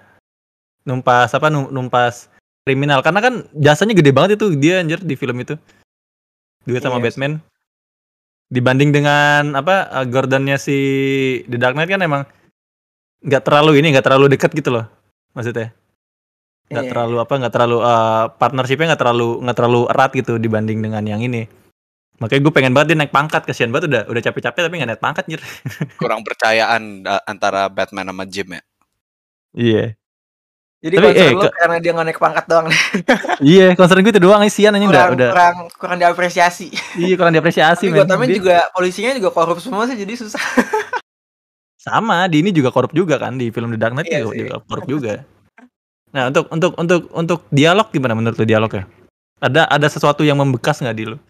kriminal, karena kan jasanya gede banget itu dia anjir di film itu. Duet sama Batman. Dibanding dengan Gordonnya si The Dark Knight kan emang nggak terlalu dekat gitu loh, maksudnya. Nggak terlalu partnershipnya nggak terlalu erat gitu dibanding dengan yang ini. Makanya gue pengen banget dia naik pangkat, kasihan banget udah capek-capek tapi nggak naik pangkat anjir. Kurang percayaan antara Batman sama Jim ya. Iya. Jadi concern lu karena dia nggak naik pangkat doang. Iya, concern gue itu doang, isian anjing udah kurang diapresiasi. Iya, kurang diapresiasi. Tapi Gothamnya juga polisinya juga korup semua sih, jadi susah. Sama, di ini juga korup juga kan, di film The Dark Knight juga korup juga. Nah, untuk dialog gimana menurut lu dialognya? Ada sesuatu yang membekas nggak di lu?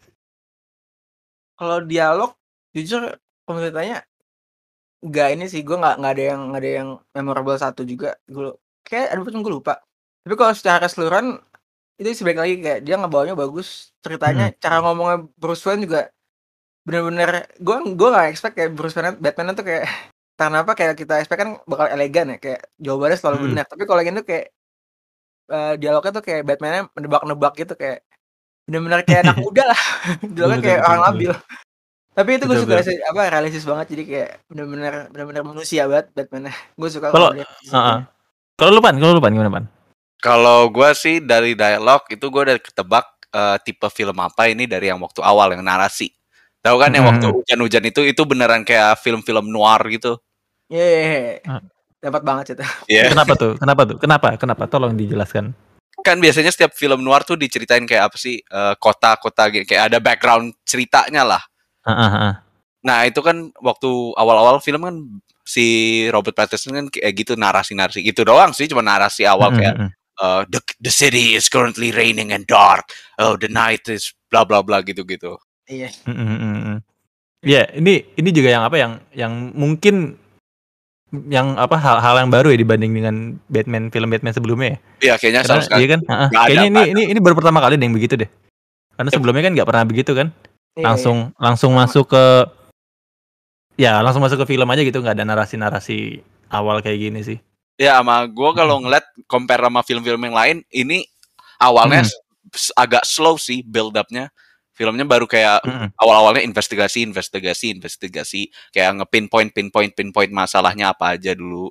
Kalau dialog, jujur kalau ditanya nggak ini sih, gue nggak ada yang memorable satu juga. Gue kayak gue lupa. Tapi kalau secara keseluruhan itu sih baik lagi, kayak dia ngebawanya bagus, ceritanya, cara ngomongnya Bruce Wayne juga bener-bener gue nggak expect kayak Bruce Wayne Batman itu kayak karena apa kayak kita expect kan bakal elegan ya, kayak jawabannya selalu benar. Tapi kalau yang itu kayak dialognya tuh kayak Batman-nya nebak-nebak gitu, kayak bener-bener kayak anak muda lah. Dialognya kayak orang labil. Tapi itu gue suka sih, realistis banget, jadi kayak bener-bener manusia banget Batman-nya. Gue suka kalau lihat. Kalau lu Pan gimana Pan? Kalau gue sih dari dialog itu gue udah ketebak tipe film apa ini dari yang waktu awal yang narasi. Tahu kan yang waktu hujan-hujan itu beneran kayak film-film noir gitu. Iya. Dapat banget itu. Yeah. Kenapa? Tolong dijelaskan. Kan biasanya setiap film noir tuh diceritain kayak apa sih, kota-kota gitu, kayak ada background ceritanya lah. Nah, itu kan waktu awal-awal film kan si Robert Pattinson kan kayak gitu, narasi gitu doang sih, cuma narasi awal kayak the city is currently raining and dark. Oh, the night is bla bla bla gitu-gitu. Iya. Iya, ini juga yang mungkin yang hal yang baru ya dibanding dengan film Batman sebelumnya ya. Iya, kayaknya sama sekali. Iya kan? Kayaknya ini baru pertama kali ada yang begitu deh. Karena sebelumnya kan nggak pernah begitu kan. Langsung masuk ke film aja gitu, nggak ada narasi awal kayak gini sih. Ya, sama gue kalau ngeliat compare sama film-film yang lain, ini awalnya agak slow sih build up-nya. Filmnya baru kayak awal-awalnya investigasi, kayak pinpoint masalahnya apa aja dulu.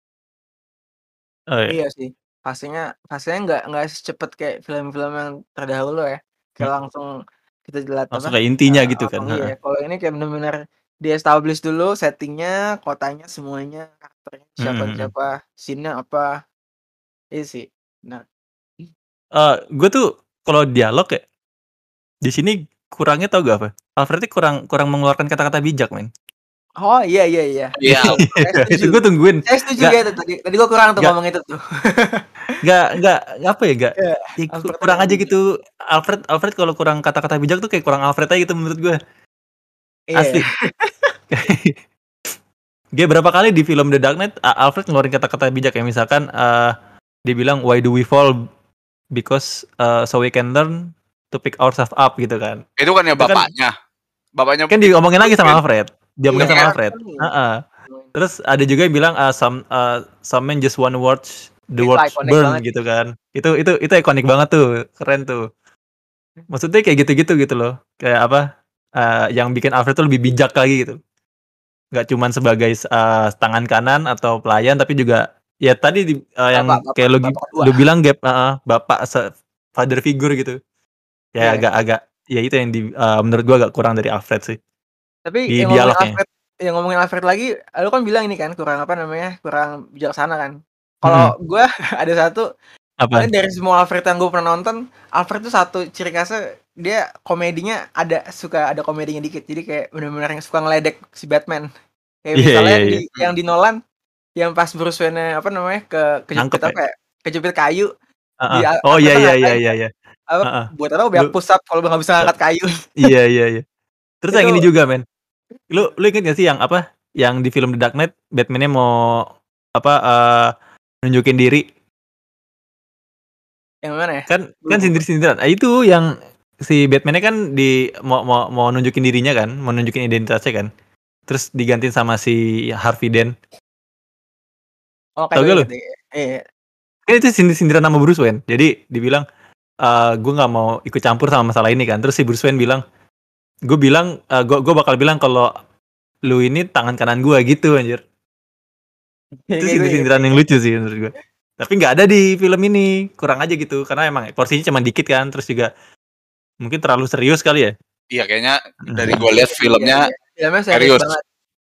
Iya sih, pastinya nggak secepat kayak film-film yang terdahulu ya. Kayak langsung kita lihat langsung kayak intinya gitu kan. Iya, kalau ini kayak benar-benar di-establish dulu settingnya, kotanya, semuanya, karakternya siapa, scene-nya apa. Iya sih. Nah, gue tuh kalau dialog ya di sini kurangnya tau gak apa? Alfred kurang mengeluarkan kata-kata bijak, men. Oh iya. Iya. Itu gue tungguin. Saya setuju ya tadi gue kurang tuh ngomong itu tuh. Gak apa ya, kurang aja gitu. Alfred kalau kurang kata-kata bijak tuh kayak kurang Alfred aja gitu menurut gue. Asli. Dia berapa kali di film The Dark Knight Alfred ngeluarin kata-kata bijak, kayak misalkan dia bilang why do we fall, because so we can learn to pick ourselves up gitu kan. Itu kan ya bapaknya kan diomongin lagi sama Alfred. Terus ada juga yang bilang some men just want to watch the world burn gitu kan. Itu ikonik banget tuh, keren tuh. Maksudnya kayak gitu-gitu gitu loh. Kayak apa? Yang bikin Alfred tuh lebih bijak lagi gitu. Gak cuman sebagai tangan kanan atau pelayan, tapi juga ya tadi yang kayak lu bilang bapak father figure gitu. Ya Iya. agak ya itu yang menurut gua agak kurang dari Alfred sih. Tapi Di yang ngomongin dialognya. ngomongin Alfred lagi, lu kan bilang ini kan kurang apa namanya, kurang bijaksana kan. Kalau gua ada satu, Apaan? dari semua Alfred yang gue pernah nonton, Alfred tuh satu ciri khasnya dia komedinya suka ada komedinya dikit. Jadi kayak benar-benar yang suka ngeledek si Batman. Kayak misalnya yang di Nolan, yang pas Bruce Wayne apa namanya kejepit Nangkep apa ya? Kejepit kayu. Oh iya. Apa buat apa biar push up kalau nggak bisa angkat kayu. Iya. Terus yang ini Itu juga, men. Lu inget gak sih yang apa? Yang di film The Dark Knight Batman-nya mau apa nunjukin diri. yang mana ya? Kan sindir-sindiran. Itu yang si Batman-nya kan mau nunjukin dirinya kan, mau nunjukin identitasnya kan. Terus digantiin sama si Harvey Dent. Oh, Tau gak lu? Iya. Kan itu sindir-sindiran sama Bruce Wayne. Jadi dibilang gue nggak mau ikut campur sama masalah ini kan. Terus si Bruce Wayne bilang, gue bakal bilang kalau lu ini tangan kanan gue gitu anjir. Itu sindir-sindiran yang lucu sih menurut gue. Tapi nggak ada di film ini, kurang aja gitu. Karena emang porsinya cuma dikit kan. Terus juga mungkin terlalu serius kali ya. Iya kayaknya dari gue lihat filmnya serius banget.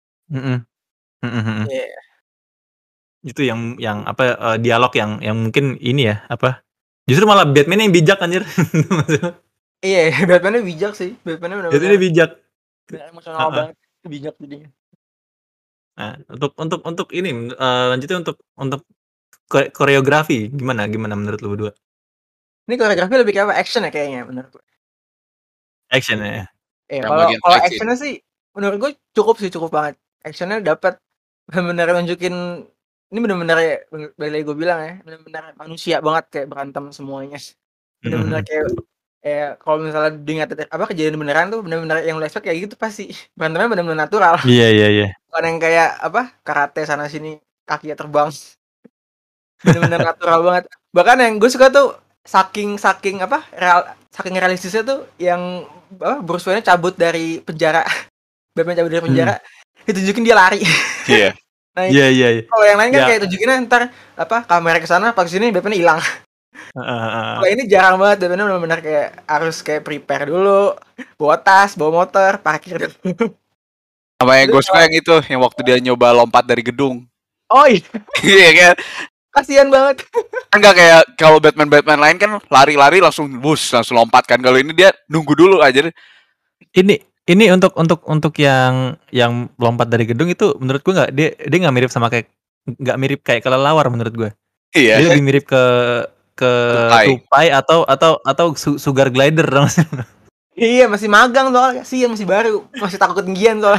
Iya. Itu yang apa dialog yang mungkin ini ya apa? Justru malah Batman yang bijak anjir. Iya, Batman-nya bijak sih. Batman-nya benar-benar bijak. Emosional banget, bijak jadinya. Nah, untuk ini lanjutnya untuk koreografi gimana menurut lu berdua? Ini koreografi lebih kayak apa? Action ya kayaknya menurut gue. Action ya. Kalau actionnya sih menurut gue cukup banget. Actionnya dapat benar-benar nunjukin ini benar-benar ya balik gue bilang ya, benar-benar manusia banget kayak berantem semuanya. Benar-benar kayak kalau misalnya diingat apa kejadian beneran tuh benar-benar yang lu expect kayak gitu pasti. Berantemnya benar-benar natural. Iya. Bukan yang kayak apa karate sana sini kakinya terbang. Benar-benar natural banget. Bahkan yang gue suka tuh saking apa saking realistisnya tuh yang Bruce Wayne cabut dari penjara. Batman cabut dari penjara, ditunjukin dia lari. Iya. Nah, iya. Kalau yang lain kan kayak tunjukinnya ntar apa kamera ke sana, pas sini Batman hilang. Kalau ini jarang banget, Batman benar-benar kayak harus kayak prepare dulu, bawa tas, bawa motor, parkir dulu. Sama yang gue suka yang itu, yang waktu dia nyoba lompat dari gedung. Oh iya. Iya kan? Kasian banget. Enggak kayak kalau Batman lain kan lari-lari langsung langsung lompat kan. Kalau ini dia nunggu dulu aja. Ini untuk yang lompat dari gedung itu menurut gue dia nggak mirip sama nggak mirip kayak kelelawar menurut gue. Iya. Dia lebih mirip ke tupai atau sugar glider. Iya masih magang soalnya sih masih baru masih takut ketinggian soalnya.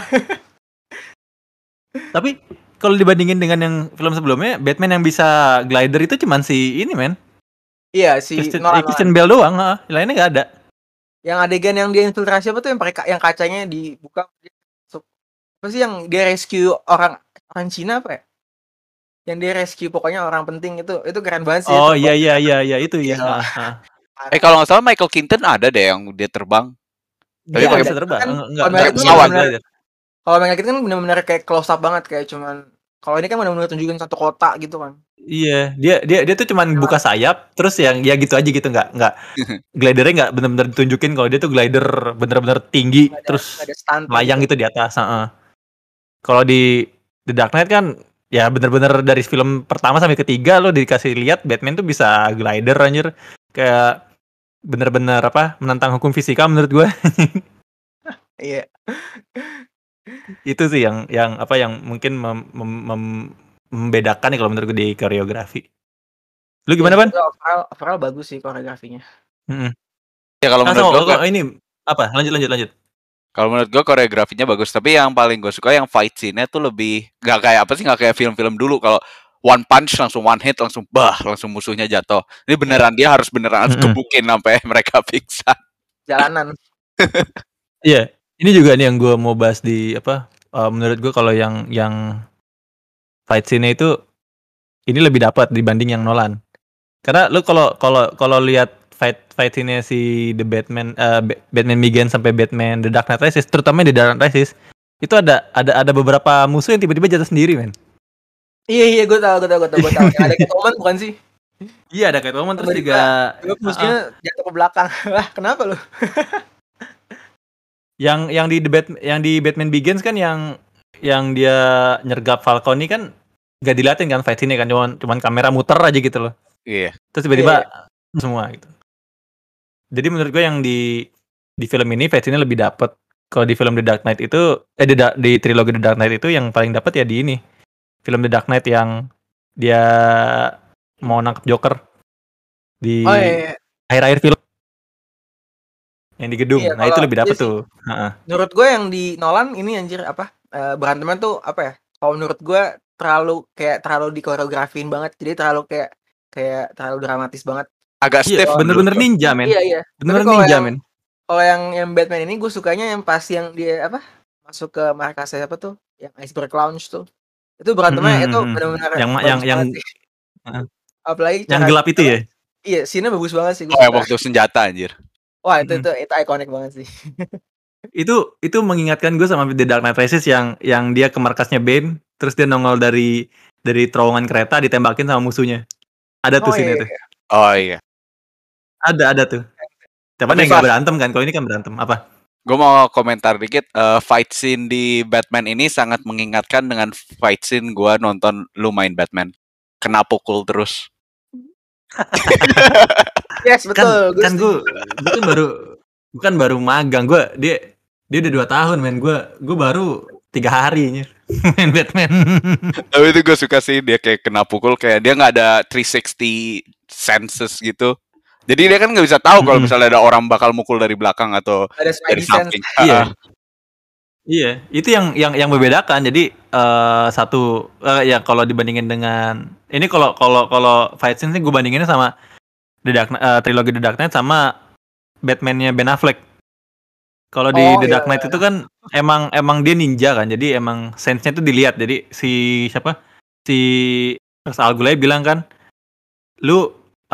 Tapi kalau dibandingin dengan yang film sebelumnya Batman yang bisa glider itu cuman si ini men. Iya si Christian Bale doang, lainnya nggak ada. Yang adegan yang dia infiltrasi apa tuh yang pakai yang kacanya dibuka apa sih yang dia rescue orang Cina apa ya? Yang dia rescue pokoknya orang penting itu keren banget sih. Oh iya itu ya. Kalau nggak salah Michael Keaton ada deh yang dia terbang. Tapi pakai bisa terbang. Enggak pesawat. Kalau Michael Keaton kan benar-benar kayak close up banget kayak cuman kalau ini kan benar-benar tunjukin satu kota gitu kan. Iya, dia tuh cuman buka sayap terus yang ya gitu aja gitu nggak glidernya nggak benar-benar ditunjukin kalau dia tuh glider benar-benar tinggi terus layang gitu di atas. Kalau di The Dark Knight kan ya benar-benar dari film pertama sampai ketiga lo dikasih lihat Batman tuh bisa glider anjir kayak benar-benar apa menantang hukum fisika menurut gue. Iya. Itu sih yang apa yang mungkin membedakan nih kalau menurut gue di koreografi. Lu gimana, Ban? Overall bagus sih koreografinya. Ya kalau menurut gue ini apa? Lanjut. Kalau menurut gue koreografinya bagus, tapi yang paling gue suka yang fight scene-nya tuh lebih nggak kayak film-film dulu. Kalau one punch langsung one hit langsung musuhnya jatuh. Ini beneran dia harus gebukin sampai mereka pingsan. Jalanan. Iya, ini juga nih yang gue mau bahas di apa? Menurut gue kalau yang fight scene-nya itu ini lebih dapat dibanding yang Nolan. Karena lu kalau lihat fight scene-nya si The Batman Batman Begins sampai Batman The Dark Knight Rises, terutama di Dark Knight Rises, itu ada beberapa musuh yang tiba-tiba jatuh sendiri, men. Iya, gue tahu. Yang ada Catwoman bukan sih? Iya ada Catwoman terus juga musuhnya jatuh ke belakang. Lah, kenapa lu? yang di Batman Begins kan yang dia nyergap Falcone kan nggak diliatin kan fight ini kan cuman kamera muter aja gitu loh. Iya. Terus tiba-tiba semua gitu. Jadi menurut gue yang di film ini fight ini lebih dapet. Kalau di film The Dark Knight itu di trilogi The Dark Knight itu yang paling dapet ya di ini. Film The Dark Knight yang dia mau nangkep Joker di akhir-akhir film yang di gedung. Nah itu lebih dapet tuh. Menurut gue yang di Nolan ini anjir apa berantemnya tuh apa ya? Kalau menurut gue terlalu dikoreografin banget. Jadi terlalu kayak terlalu dramatis banget. Agak stiff. Bener-bener ninja men. Iya. Bener ninja men. Kalau yang Batman ini gue sukanya yang pas yang dia apa masuk ke markasnya apa tuh? Yang Iceberg Lounge tuh. Itu berantemnya itu benar-benar yang apalagi yang gelap itu ya. Iya, scene-nya bagus banget sih. Oh, waktu senjata anjir. Wah, itu ikonik banget sih. itu mengingatkan gue sama The Dark Knight Rises yang dia ke markasnya Bane, terus dia nongol dari terowongan kereta ditembakin sama musuhnya. Ada tuh scene itu. Oh iya. Ada tuh. Tapi nggak berantem kan? Kalau ini kan berantem apa? Gue mau komentar dikit. Fight scene di Batman ini sangat mengingatkan dengan fight scene gue nonton lu main Batman. Kena pukul terus. Yes, betul. Kan gue bukan baru magang. Dia udah 2 tahun men. Gue baru 3 hari main Batman. Tapi itu gue suka sih dia kayak kena pukul, kayak dia nggak ada 360 senses gitu. Jadi dia kan nggak bisa tahu kalau misalnya ada orang bakal mukul dari belakang atau dari samping. Iya, itu yang membedakan. Jadi ya kalau dibandingin dengan ini kalau fight scene sih gue bandinginnya sama trilogi The Dark Knight sama Batman-nya Ben Affleck. Kalau di The Dark Knight itu kan emang dia ninja kan. Jadi emang sense-nya itu dilihat. Jadi si Ra's al Ghul bilang kan, lu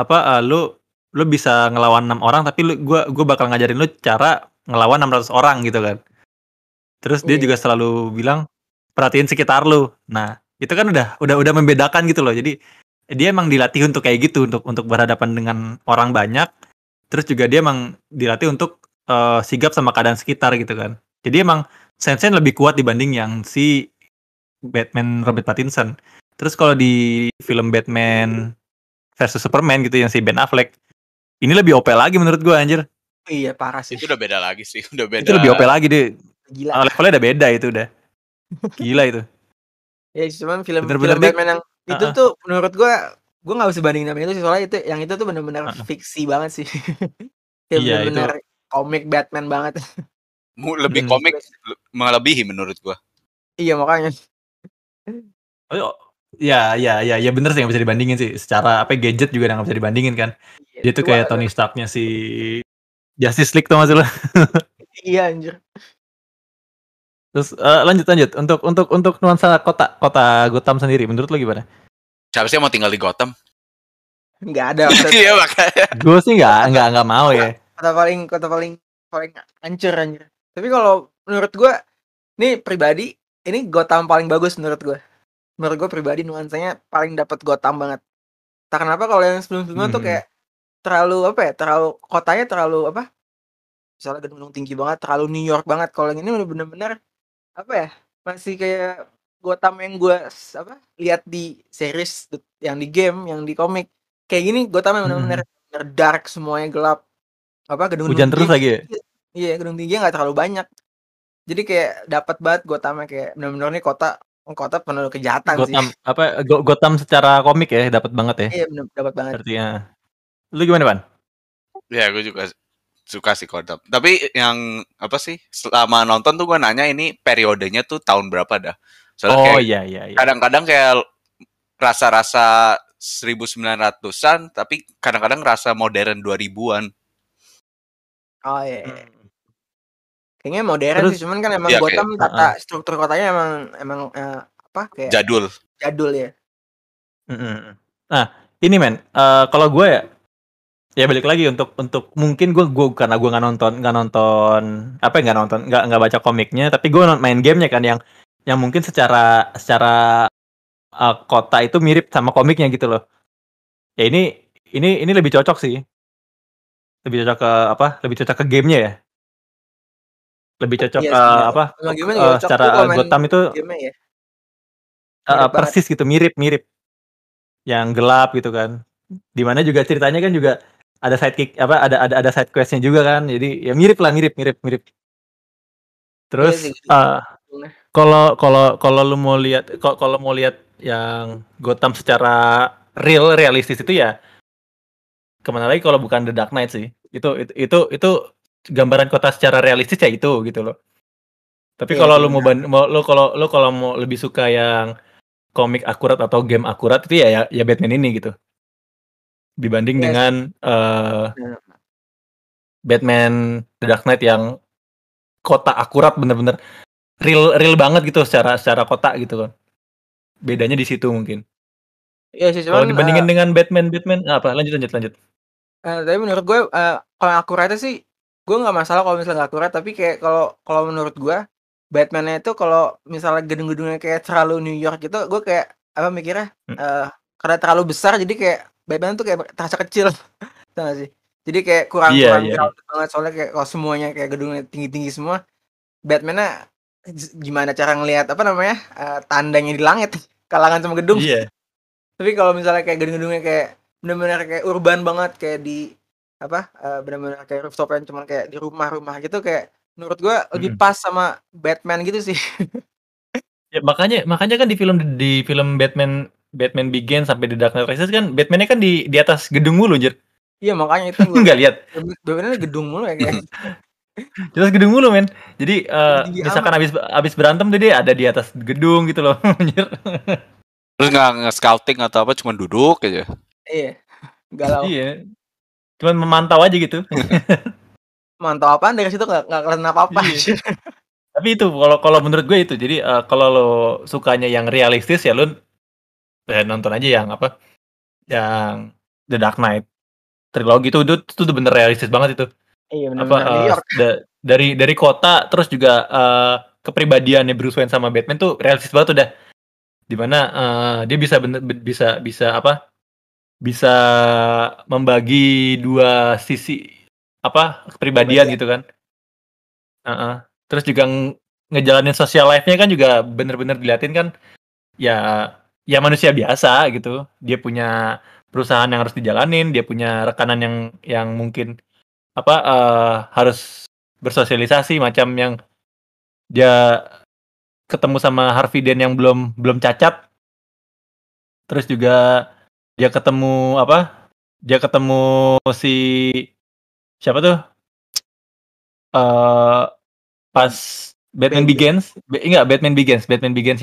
bisa ngelawan 6 orang tapi gue bakal ngajarin lu cara ngelawan 600 orang gitu kan. Terus dia juga selalu bilang perhatiin sekitar lu. Nah, itu kan udah membedakan gitu loh. Jadi dia emang dilatih untuk kayak gitu, untuk berhadapan dengan orang banyak. Terus juga dia emang dilatih untuk sigap sama keadaan sekitar gitu kan. Jadi emang sense-nya lebih kuat dibanding yang si Batman Robert Pattinson. Terus kalau di film Batman versus Superman gitu yang si Ben Affleck, ini lebih OP lagi menurut gue anjir. Iya parah sih. Itu udah beda lagi sih, udah beda. Itu lebih OP lagi deh. Gila. Levelnya udah beda itu udah. Gila itu. Ya cuman film Batman yang itu tuh menurut gue nggak bisa bandingin sama itu sih, soalnya itu tuh benar-benar fiksi banget sih. Iya, benar-benar komik Batman banget. Lebih komik melebihi menurut gue. Iya makanya. Oh, ya bener sih, nggak bisa dibandingin sih. Secara gadget juga nggak bisa dibandingin kan. Dia tuh kayak Tony Starknya si Justice League tuh maksud lo. Iya anjir. Terus lanjut untuk nuansa kota Gotham sendiri menurut lo gimana? Siapa sih yang mau tinggal di Gotham? Nggak ada. Iya makanya. Gue sih nggak mau ya. Kota paling hancur anjir. Tapi kalau menurut gue nih pribadi ini Gotham paling bagus menurut gue. Menurut gue pribadi nuansanya paling dapat Gotham banget. Tak kenapa kalau yang sebelum-sebelumnya tuh kayak terlalu kotanya terlalu misalnya gedung tinggi banget, terlalu New York banget. Kalau yang ini bener-bener masih kayak Gotham yang gue lihat di series, yang di game, yang di komik. Kayak gini Gotham yang bener-bener dark, semuanya gelap. Gedung hujan terus lagi ya? Iya, gedung tinggi nggak terlalu banyak. Jadi kayak dapat banget Gothamnya, kayak bener-bener nih kota penuh kejahatan Gotham, sih. Gotham secara komik ya dapat banget ya. Iya bener dapat banget. Artinya, lu gimana Pan? Ya gue juga suka sih Gotham. Tapi yang selama nonton tuh gue nanya ini periodenya tuh tahun berapa dah? Soalnya iya. Kadang-kadang kayak rasa-rasa 1900-an tapi kadang-kadang rasa modern 2000-an. Oh iya. Kayaknya modern sih, cuman kan emang Gotham tata struktur kotanya emang kayak jadul ya. Nah, ini men, kalau gue ya balik lagi untuk mungkin gue karena gue nggak baca komiknya, tapi gue main gamenya kan yang mungkin secara kota itu mirip sama komiknya gitu loh. Ya ini lebih cocok sih. Lebih cocok ke apa? Lebih cocok ke gamenya ya. Lebih cocok Iya sih, apa? emang game juga cocok. Secara Gue kalau main Gotham itu game ya mirip banget. persis gitu, mirip. Yang gelap gitu kan. Dimana juga ceritanya kan juga ada sidekick apa ada side quest-nya juga kan. Jadi ya mirip. Iya sih Terus gitu. kalau lu mau lihat kalau mau lihat yang Gotham secara realistis itu ya kemana lagi kalau bukan The Dark Knight sih. Itu gambaran kota secara realistis ya itu gitu loh. Tapi Iya kalau sih lu benar. kalau mau lebih suka yang komik akurat atau game akurat itu ya Batman ini gitu. Dibanding Iya sih. dengan Batman The Dark Knight yang kota akurat bener-bener real banget gitu secara kota gitu kan. Bedanya di situ mungkin. Iya sih Kalau cuman dibandingin dengan Batman apa? Lanjut. tapi menurut gue kalau akuratnya sih gue nggak masalah kalau misalnya nggak akurat, tapi kayak kalau menurut gue Batman-nya itu kalau misalnya gedung-gedungnya kayak terlalu New York gitu, gue kayak apa mikirnya karena terlalu besar jadi kayak Batman tuh kayak terasa kecil. Tau gak sih? Jadi kayak kurang Iya. grounded banget soalnya kayak kalau semuanya kayak gedungnya tinggi-tinggi semua, Batman-nya gimana cara ngelihat apa namanya tandanya di langit, kalangan sama gedung. Iya. Tapi kalau misalnya kayak gedung-gedungnya kayak benar-benar kayak urban banget kayak di apa benar-benar kayak rooftop yang cuman kayak di rumah-rumah gitu, kayak menurut gua lebih pas sama Batman gitu sih. Ya makanya kan di film Batman Begins sampai The Dark Knight Rises kan Batman-nya kan di atas gedung mulu anjir. Iya makanya itu yang gua Enggak kayak lihat. Batman gedung mulu ya kayak. Di atas gedung mulu men. Jadi Tinggi-tinggi misalkan amat. abis berantem tuh dia ada di atas gedung gitu loh anjir. Terus nggak nge-scouting atau apa, cuma duduk aja. Iya. Galau. Iya. Cuman memantau aja gitu. Mantau apaan dari situ nggak kelihatan apa-apa. Iya. Tapi itu kalau menurut gue itu. Jadi kalau lo sukanya yang realistis ya lo nonton aja yang apa? Yang The Dark Knight trilogi itu udah bener realistis banget itu. Iya Apa benar-benar New York. dari kota terus juga kepribadiannya Bruce Wayne sama Batman tuh realistis banget udah. Dimana dia bisa apa? Bisa membagi dua sisi apa kepribadian gitu kan. Terus juga ngejalanin social life-nya kan juga bener-bener diliatin kan ya manusia biasa gitu. Dia punya perusahaan yang harus dijalanin, dia punya rekanan yang mungkin apa harus bersosialisasi macam yang dia ketemu sama Harvey Dent yang belum cacat. Terus juga dia ketemu apa? Dia ketemu si siapa tuh? Pas Batman Begins, Batman Begins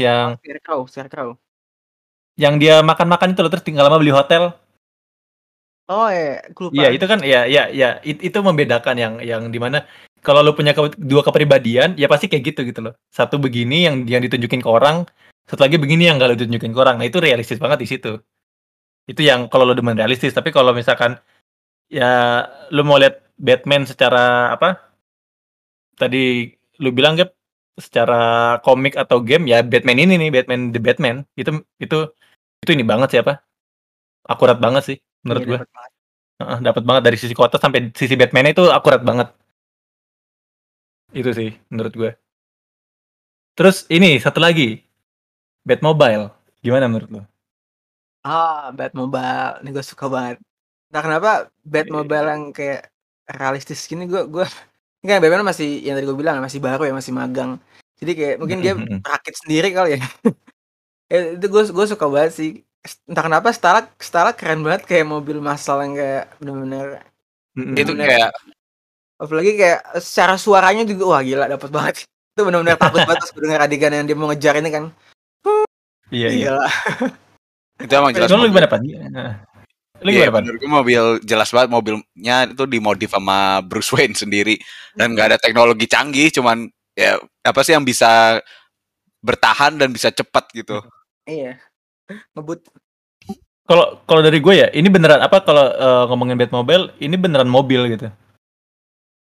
yang dia makan-makan itu loh terus tinggal lama beli hotel. Oh ya, Iya itu kan ya itu membedakan yang dimana kalau lu punya dua kepribadian ya pasti kayak gitu loh. Satu begini yang ditunjukin ke orang, satu lagi begini yang nggak lu tunjukin ke orang. Nah itu realistis banget di situ. Itu yang kalau lu demen realistis. Tapi kalau misalkan ya lu mau lihat Batman secara apa? Tadi lu bilang Gap secara komik atau game ya Batman ini nih Batman The Batman itu ini banget sih apa? Akurat banget sih menurut gue. Dapat banget dari sisi kota sampai sisi Batman itu akurat banget. Itu sih menurut gue. Terus ini satu lagi Batmobile. Gimana menurut lo? Batmobile. Ini gue suka banget. Nah kenapa Batmobile yang kayak realistis gini gue ini kan Batman masih yang tadi gue bilang masih baru ya, masih magang. Jadi kayak mungkin dia rakit sendiri kali ya. Itu gue suka banget sih. Entah kenapa Starla keren banget kayak mobil massal yang kayak bener-bener itu kayak apalagi kayak secara suaranya juga wah gila dapet banget. Itu bener-bener takut banget pas dengar adegan yang dia mau ngejar ini kan. Iya. Itu emang jelas. Lu gimana Pan? Iya, menurut gue mobil jelas banget mobilnya itu dimodif sama Bruce Wayne sendiri dan nggak ada teknologi canggih, cuman ya apa sih yang bisa bertahan dan bisa cepat gitu. Iya. Ngebut. Kalau dari gue ya, ini beneran apa kalau ngomongin Batmobile, ini beneran mobil gitu.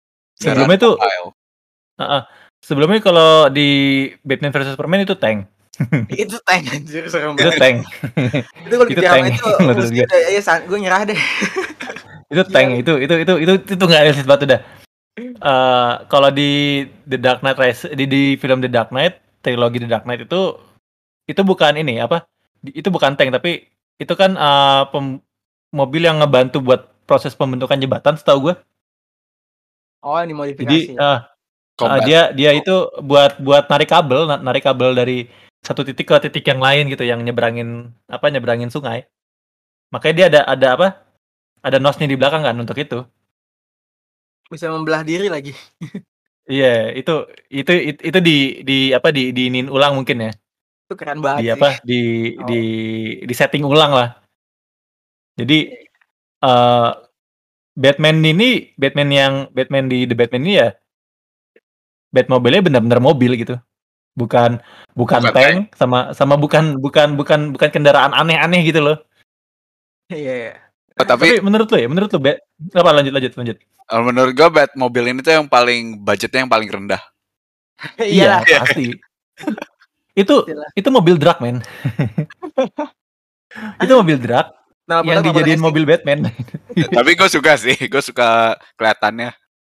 Sebelumnya tuh sebelumnya kalau di Batman vs Superman itu tank. Itu tank anjir, serem Itu banget. tank. Itu kalau Itu dikejar sama tank itu menurut musuhnya gue. udah ya gue nyerah deh. Itu Gila tank, lu. itu nggak realistis banget udah. Kalau di The Dark Knight di film The Dark Knight, trilogi The Dark Knight itu bukan ini apa? Itu bukan tank tapi itu kan mobil yang ngebantu buat proses pembentukan jembatan setahu gue. Oh, ini Jadi modifikasi ya. Combat. dia itu buat narik kabel dari satu titik ke titik yang lain gitu, yang nyebrangin sungai. Makanya dia ada apa? Ada nosnya di belakang kan untuk itu. Bisa membelah diri lagi. Iya, itu diinin ulang mungkin ya. Itu keren Di banget sih. apa? Oh. Di setting ulang lah. Jadi Batman di The Batman ini ya Batmobile-nya benar-benar mobil gitu. Bukan tank sama bukan kendaraan aneh-aneh gitu loh. Iya. Tapi menurut lo apa lanjut. menurut gue Batmobile ini tuh yang paling budgetnya yang paling rendah. Iyalah. Iya, pasti. itu mobil drag, men. Itu mobil drag yang dijadiin mobil Batman. Tapi gue suka sih, gue suka kelihatannya.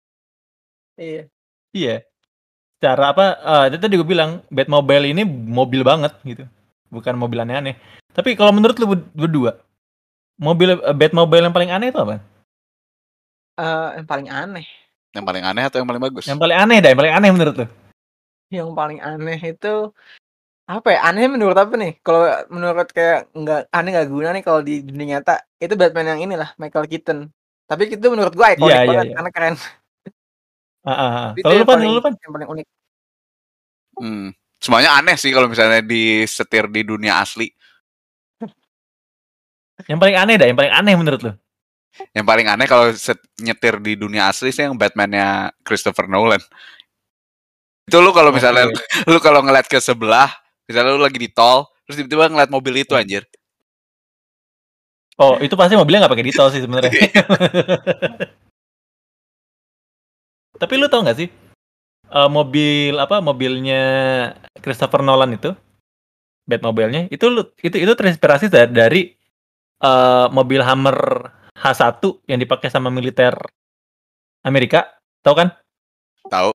Iya. Cara apa? Itu tadi gue bilang Batmobile ini mobil banget gitu, bukan mobil aneh-aneh. Tapi kalau menurut lu berdua, Batmobile yang paling aneh itu apa? Yang paling aneh. Yang paling aneh atau yang paling bagus? Yang paling aneh dah, yang paling aneh menurut lu. Yang paling aneh itu apa ya? Aneh menurut apa nih? Kalau menurut kayak nggak guna nih kalau di dunia nyata, itu Batman yang inilah Michael Keaton. Tapi itu menurut gua ikonik banget karena keren. Kalau lu Pan? Yang paling unik. Semuanya aneh sih kalau misalnya disetir di dunia asli. Yang paling aneh dah, yang paling aneh menurut lu? Yang paling aneh kalau nyetir di dunia asli sih yang Batman-nya Christopher Nolan. Itu lu kalau misalnya lu kalau ngeliat ke sebelah, misalnya lu lagi di tol, terus tiba-tiba ngeliat mobil itu anjir. Oh, itu pasti mobilnya nggak pakai di tol sih sebenarnya. Tapi lu tau nggak sih mobilnya Christopher Nolan itu, Batmobile-nya itu terinspirasi dari mobil Hammer H1 yang dipakai sama militer Amerika, tau kan? Tahu.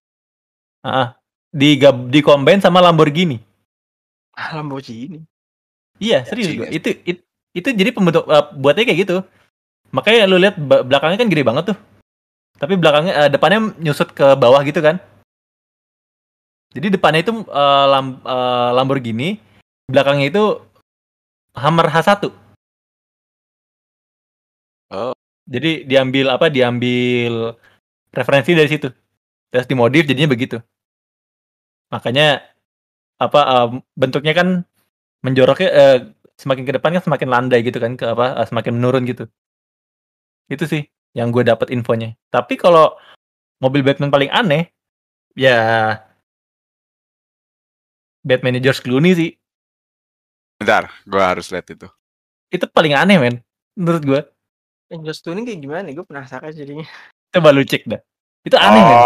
Di combine sama Lamborghini. Lamborghini. Iya, serius gue. Itu jadi pembentuk buatnya kayak gitu. Makanya lu lihat belakangnya kan gede banget tuh. Tapi depannya nyusut ke bawah gitu kan. Jadi depannya itu Lamborghini, belakangnya itu Hammer H1. Oh. Jadi diambil referensi dari situ. Terus dimodif jadinya begitu. Makanya bentuknya kan menjoroknya semakin ke depan kan semakin landai gitu kan, semakin menurun gitu. Itu sih yang gue dapat infonya. Tapi kalau mobil Batman paling aneh, ya Batman George Clooney sih. Bentar, gue harus lihat itu. Itu paling aneh, men, menurut gue. George Clooney kayak gimana? Gue penasaran jadinya. Coba lu cek dah. Itu aneh, men.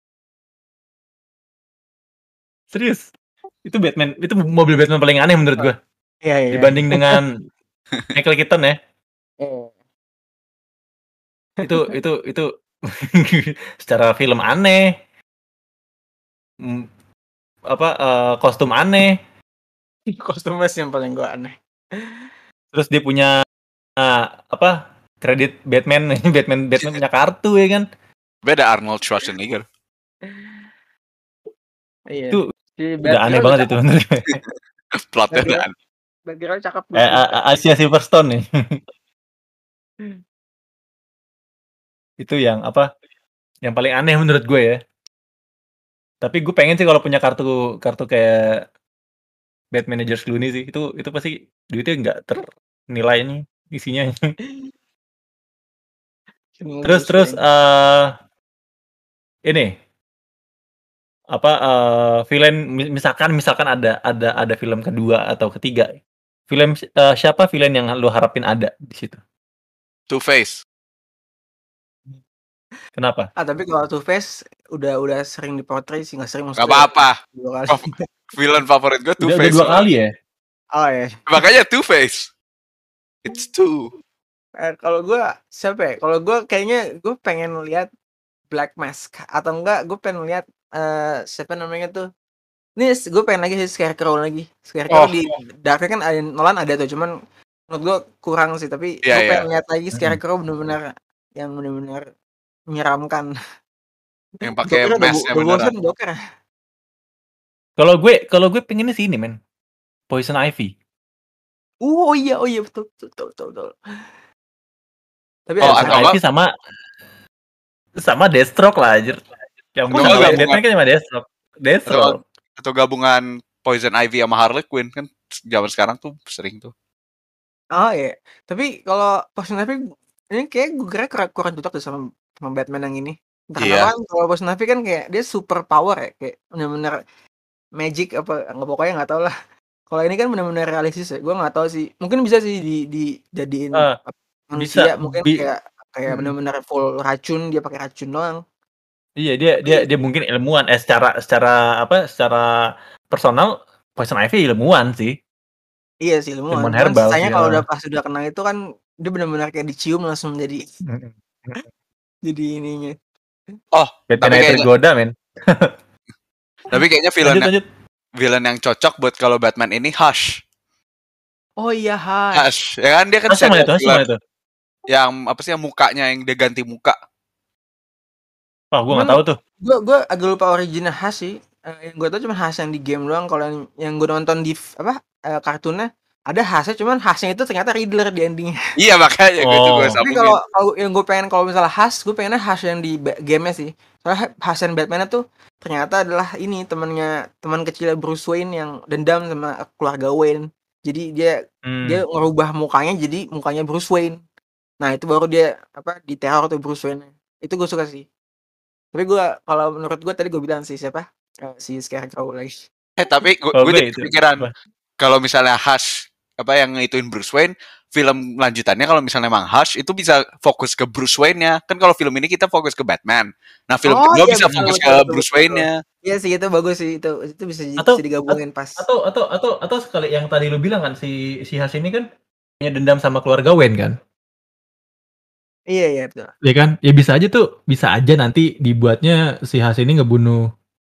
Serius. Itu mobil Batman paling aneh menurut gue. Iya. Dibanding dengan Michael Keaton ya. Itu secara film aneh. Kostum aneh. Kostumnya sih yang paling gue aneh. Terus dia punya kredit Batman punya kartu ya kan. Beda Arnold Schwarzenegger. Iya. Itu udah aneh banget itu menurut gue. Plotnya udah aneh. Batgirl cakep. Asia Silverstone nih. Itu yang paling aneh menurut gue ya. Tapi gue pengen sih kalau punya kartu kayak Batman George Clooney sih. Itu pasti duitnya nggak ternilai nih isinya. Terus ini villain misalkan ada film kedua atau ketiga. Film siapa villain yang lu harapin ada di situ? Two-Face. Kenapa? Tapi kalau Two-Face udah sering dipotret sih, nggak sering Gak maksudnya apa-apa. 2 kali. Villain favorit gue Udah Two-Face. 2 kali ya? Oh ya. Makanya Two-Face. It's 2. Kalau gue siapa ya? Kalau gue kayaknya gue pengen lihat Black Mask atau enggak gue pengen lihat siapa namanya tuh. Nih gue pengen lagi sih Scarecrow lagi. Scarecrow di Dark kan ada Nolan ada tuh, cuman menurut gue kurang sih, tapi gue pengen lihat lagi Scarecrow benar-benar yang benar-benar menyeramkan. Yang pakai mask-nya beneran. Joker. Kalau gue pengennya sih ini men. Poison Ivy. Oh iya betul. Tapi atau Ivy sama Deathstroke lah anjir. Yang bisa ngelawan Batman kan cuma Deathstroke. Atau gabungan Poison Ivy sama Harley Quinn kan zaman sekarang tuh sering tuh. Oh iya. Tapi kalau Poison Ivy ini kayak gue kira kurang cocok tuh sama Batman yang ini. Karena kan kalau Poison Ivy kan kayak dia super power ya, kayak benar-benar magic apa nggak, pokoknya nggak tahu lah. Kalau ini kan benar-benar realistis ya. Gue nggak tahu sih. Mungkin bisa sih dijadiin manusia, mungkin kayak benar-benar full racun, dia pakai racun doang. Iya, dia mungkin ilmuwan secara personal Poison Ivy ilmuwan sih. Iya sih ilmuwan. Cuman sayangnya kalau pas udah kena itu kan dia benar-benar kayak dicium langsung jadi jadi ininya. Batman yang tergoda men. Tapi kayaknya villain yang cocok buat kalau Batman ini Hush. Oh iya Hush. Ya kan dia kan sama itu. Yang apa sih yang mukanya yang dia ganti muka. Gue nggak tahu tuh. Gue agak lupa original Hush sih. Yang gue tahu cuma Hush yang di game doang. Kalau yang gue nonton di kartunnya ada Hush-nya, cuman Hush-nya itu ternyata Riddler di endingnya. Iya makanya gue Tapi kalau yang gue pengen, kalau misalnya Hush, gue pengennya Hush yang di game-nya sih. Soalnya Hush yang Batman tuh ternyata adalah ini teman kecilnya Bruce Wayne yang dendam sama keluarga Wayne. Jadi dia ngerubah mukanya jadi mukanya Bruce Wayne. Nah itu baru dia diteror tuh Bruce Wayne. Itu gue suka sih. Tapi kalau menurut gue tadi gue bilang sih siapa si Scarecrow lagi. Tapi gue jadi kepikiran kalau misalnya Hush yang ngituin Bruce Wayne, film lanjutannya kalau misalnya emang Hush itu bisa fokus ke Bruce Wayne-nya. Kan kalau film ini kita fokus ke Batman. Nah, film kedua bisa fokus ke Bruce Wayne-nya. Iya sih, itu bagus sih, itu bisa digabungin pas. Atau sekali yang tadi lu bilang kan si Hush ini kan punya dendam sama keluarga Wayne kan? Iya betul. Ya kan? Ya bisa aja nanti dibuatnya si Hush ini ngebunuh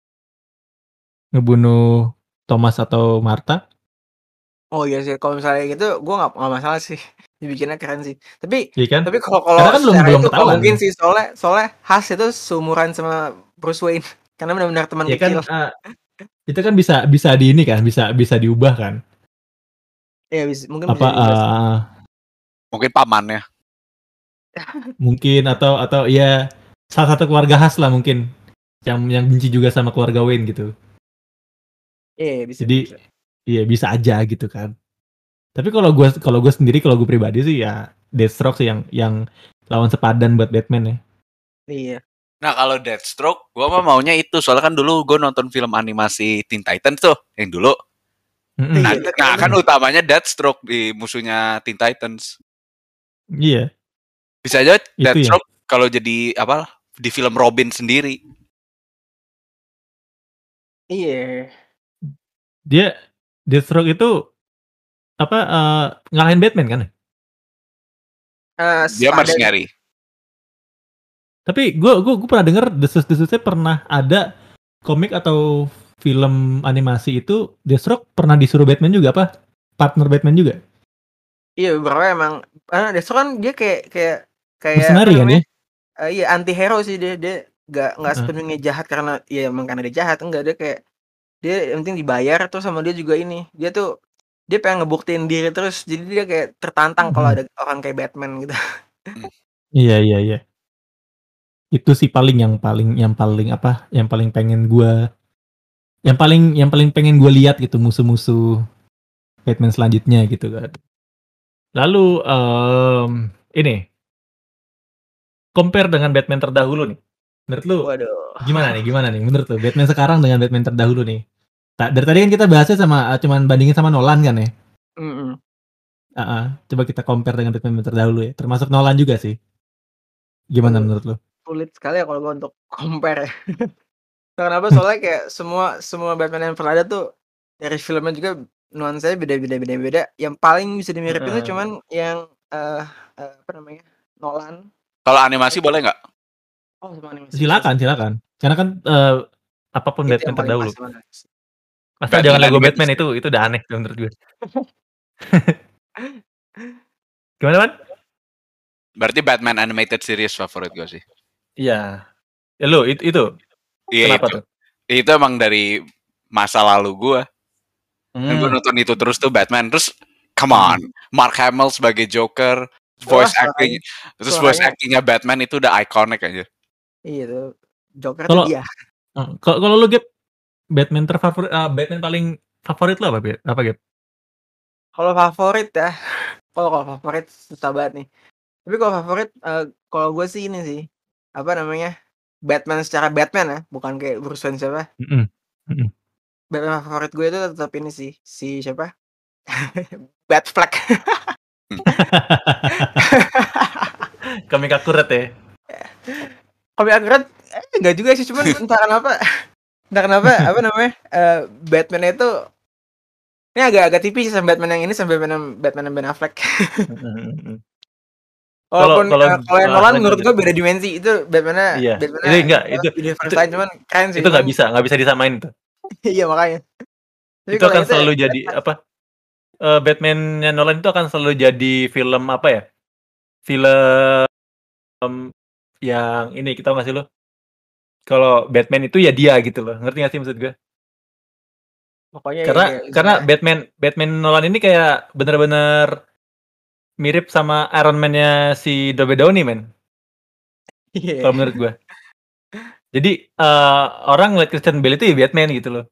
Thomas atau Martha. Oh iya sih, kalau misalnya gitu gue nggak masalah sih, dibikinnya keren sih. Tapi kan? Tapi kalau kan belum ketahuan. Mungkin sih soalnya Hush itu seumuran sama Bruce Wayne karena benar-benar teman kecil. Kan, itu kan bisa di ini kan, bisa diubah kan? Iya mungkin bisa diubah. Mungkin pamannya. Mungkin atau ya salah satu keluarga Hush lah mungkin yang benci juga sama keluarga Wayne gitu. Iya bisa. Jadi iya bisa aja gitu kan. Tapi kalau gue sendiri, kalau gue pribadi sih ya Deathstroke sih yang lawan sepadan buat Batman ya. Iya. Nah kalau Deathstroke, gue maunya itu soalnya kan dulu gue nonton film animasi Teen Titans tuh yang dulu. Nah kan utamanya Deathstroke di musuhnya Teen Titans. Iya. Bisa aja Deathstroke kalau jadi di film Robin sendiri. Iya. Dia Deathstroke itu ngalahin Batman kan? Dia mercenary. Tapi gue pernah dengar desus-desusnya pernah ada komik atau film animasi itu Deathstroke pernah disuruh Batman juga partner Batman juga. Iya beberapa emang Deathstroke kan dia kayak mercenary kan dia? Iya anti hero sih dia nggak sepenuhnya jahat karena ya emang karena dia jahat, enggak, dia kayak dia yang penting dibayar. Terus sama dia juga ini dia pengen ngebuktiin diri terus, jadi dia kayak tertantang kalau ada orang kayak Batman gitu. Iya. Itu sih yang paling pengen gue lihat gitu, musuh-musuh Batman selanjutnya gitu kan. Lalu ini compare dengan Batman terdahulu nih. Menurut lu gimana nih menurut lu Batman sekarang dengan Batman terdahulu nih? Dari tadi kan kita bahasnya cuman bandingin sama Nolan kan ya? Coba kita compare dengan Batman terdahulu ya. Termasuk Nolan juga sih. Gimana menurut lu? sulit sekali ya kalau gue untuk compare ya. Kenapa? Soalnya kayak semua Batman yang pernah ada tuh dari filmnya juga nuansanya beda. Yang paling bisa dimiripin tuh cuman yang apa namanya, Nolan. Kalau animasi boleh nggak? Oh, sama animasi. Silakan. Karena kan apapun Itu Batman yang paling terdahulu. pas banget. Masa jangan Lego Batman itu udah aneh menurut gue. Gimana, Man? Berarti Batman Animated Series favorit gue sih. Iya. Ya lo itu. Iya, kenapa itu. tuh? Itu emang dari masa lalu gue. Gue nonton itu terus tuh Batman. Terus come on, Mark Hamill sebagai Joker, voice actingnya Batman itu udah iconic aja. Iya tuh, Joker tuh dia. Kalau lu Gap, Batman terfavorit, Batman paling favorit lo apa Gap? Kalau favorit ya, kalau favorit susah banget nih. Tapi kalau favorit, kalau gue sih ini sih, apa namanya, Batman secara Batman ya, bukan kayak Bruce Wayne siapa. Batman favorit gue itu tetap ini sih, si siapa? Batfleck. Komik akurat ya? Komik akurat, enggak juga sih, cuman entah kenapa, apa namanya, Batman itu ini agak tipis sama Batman yang ini sama Batman Ben Affleck. Walaupun kalau yang Nolan menurut gue beda dimensi, itu Batman-nya itu universe lain, cuman keren sih. Itu nggak bisa disamain tuh. Iya makanya. Tapi itu akan selalu jadi apa? Batman-nya Nolan itu akan selalu jadi film apa ya? Film yang ini, kita tahu nggak sih lo? Kalau Batman itu ya dia gitu loh, ngerti nggak sih maksud gue? Pokoknya karena Batman Nolan ini kayak bener-bener mirip sama Iron Man-nya si Robert Downey, men. Kalau menurut gue. Jadi orang ngeliat Christian Bale itu ya Batman gitu loh.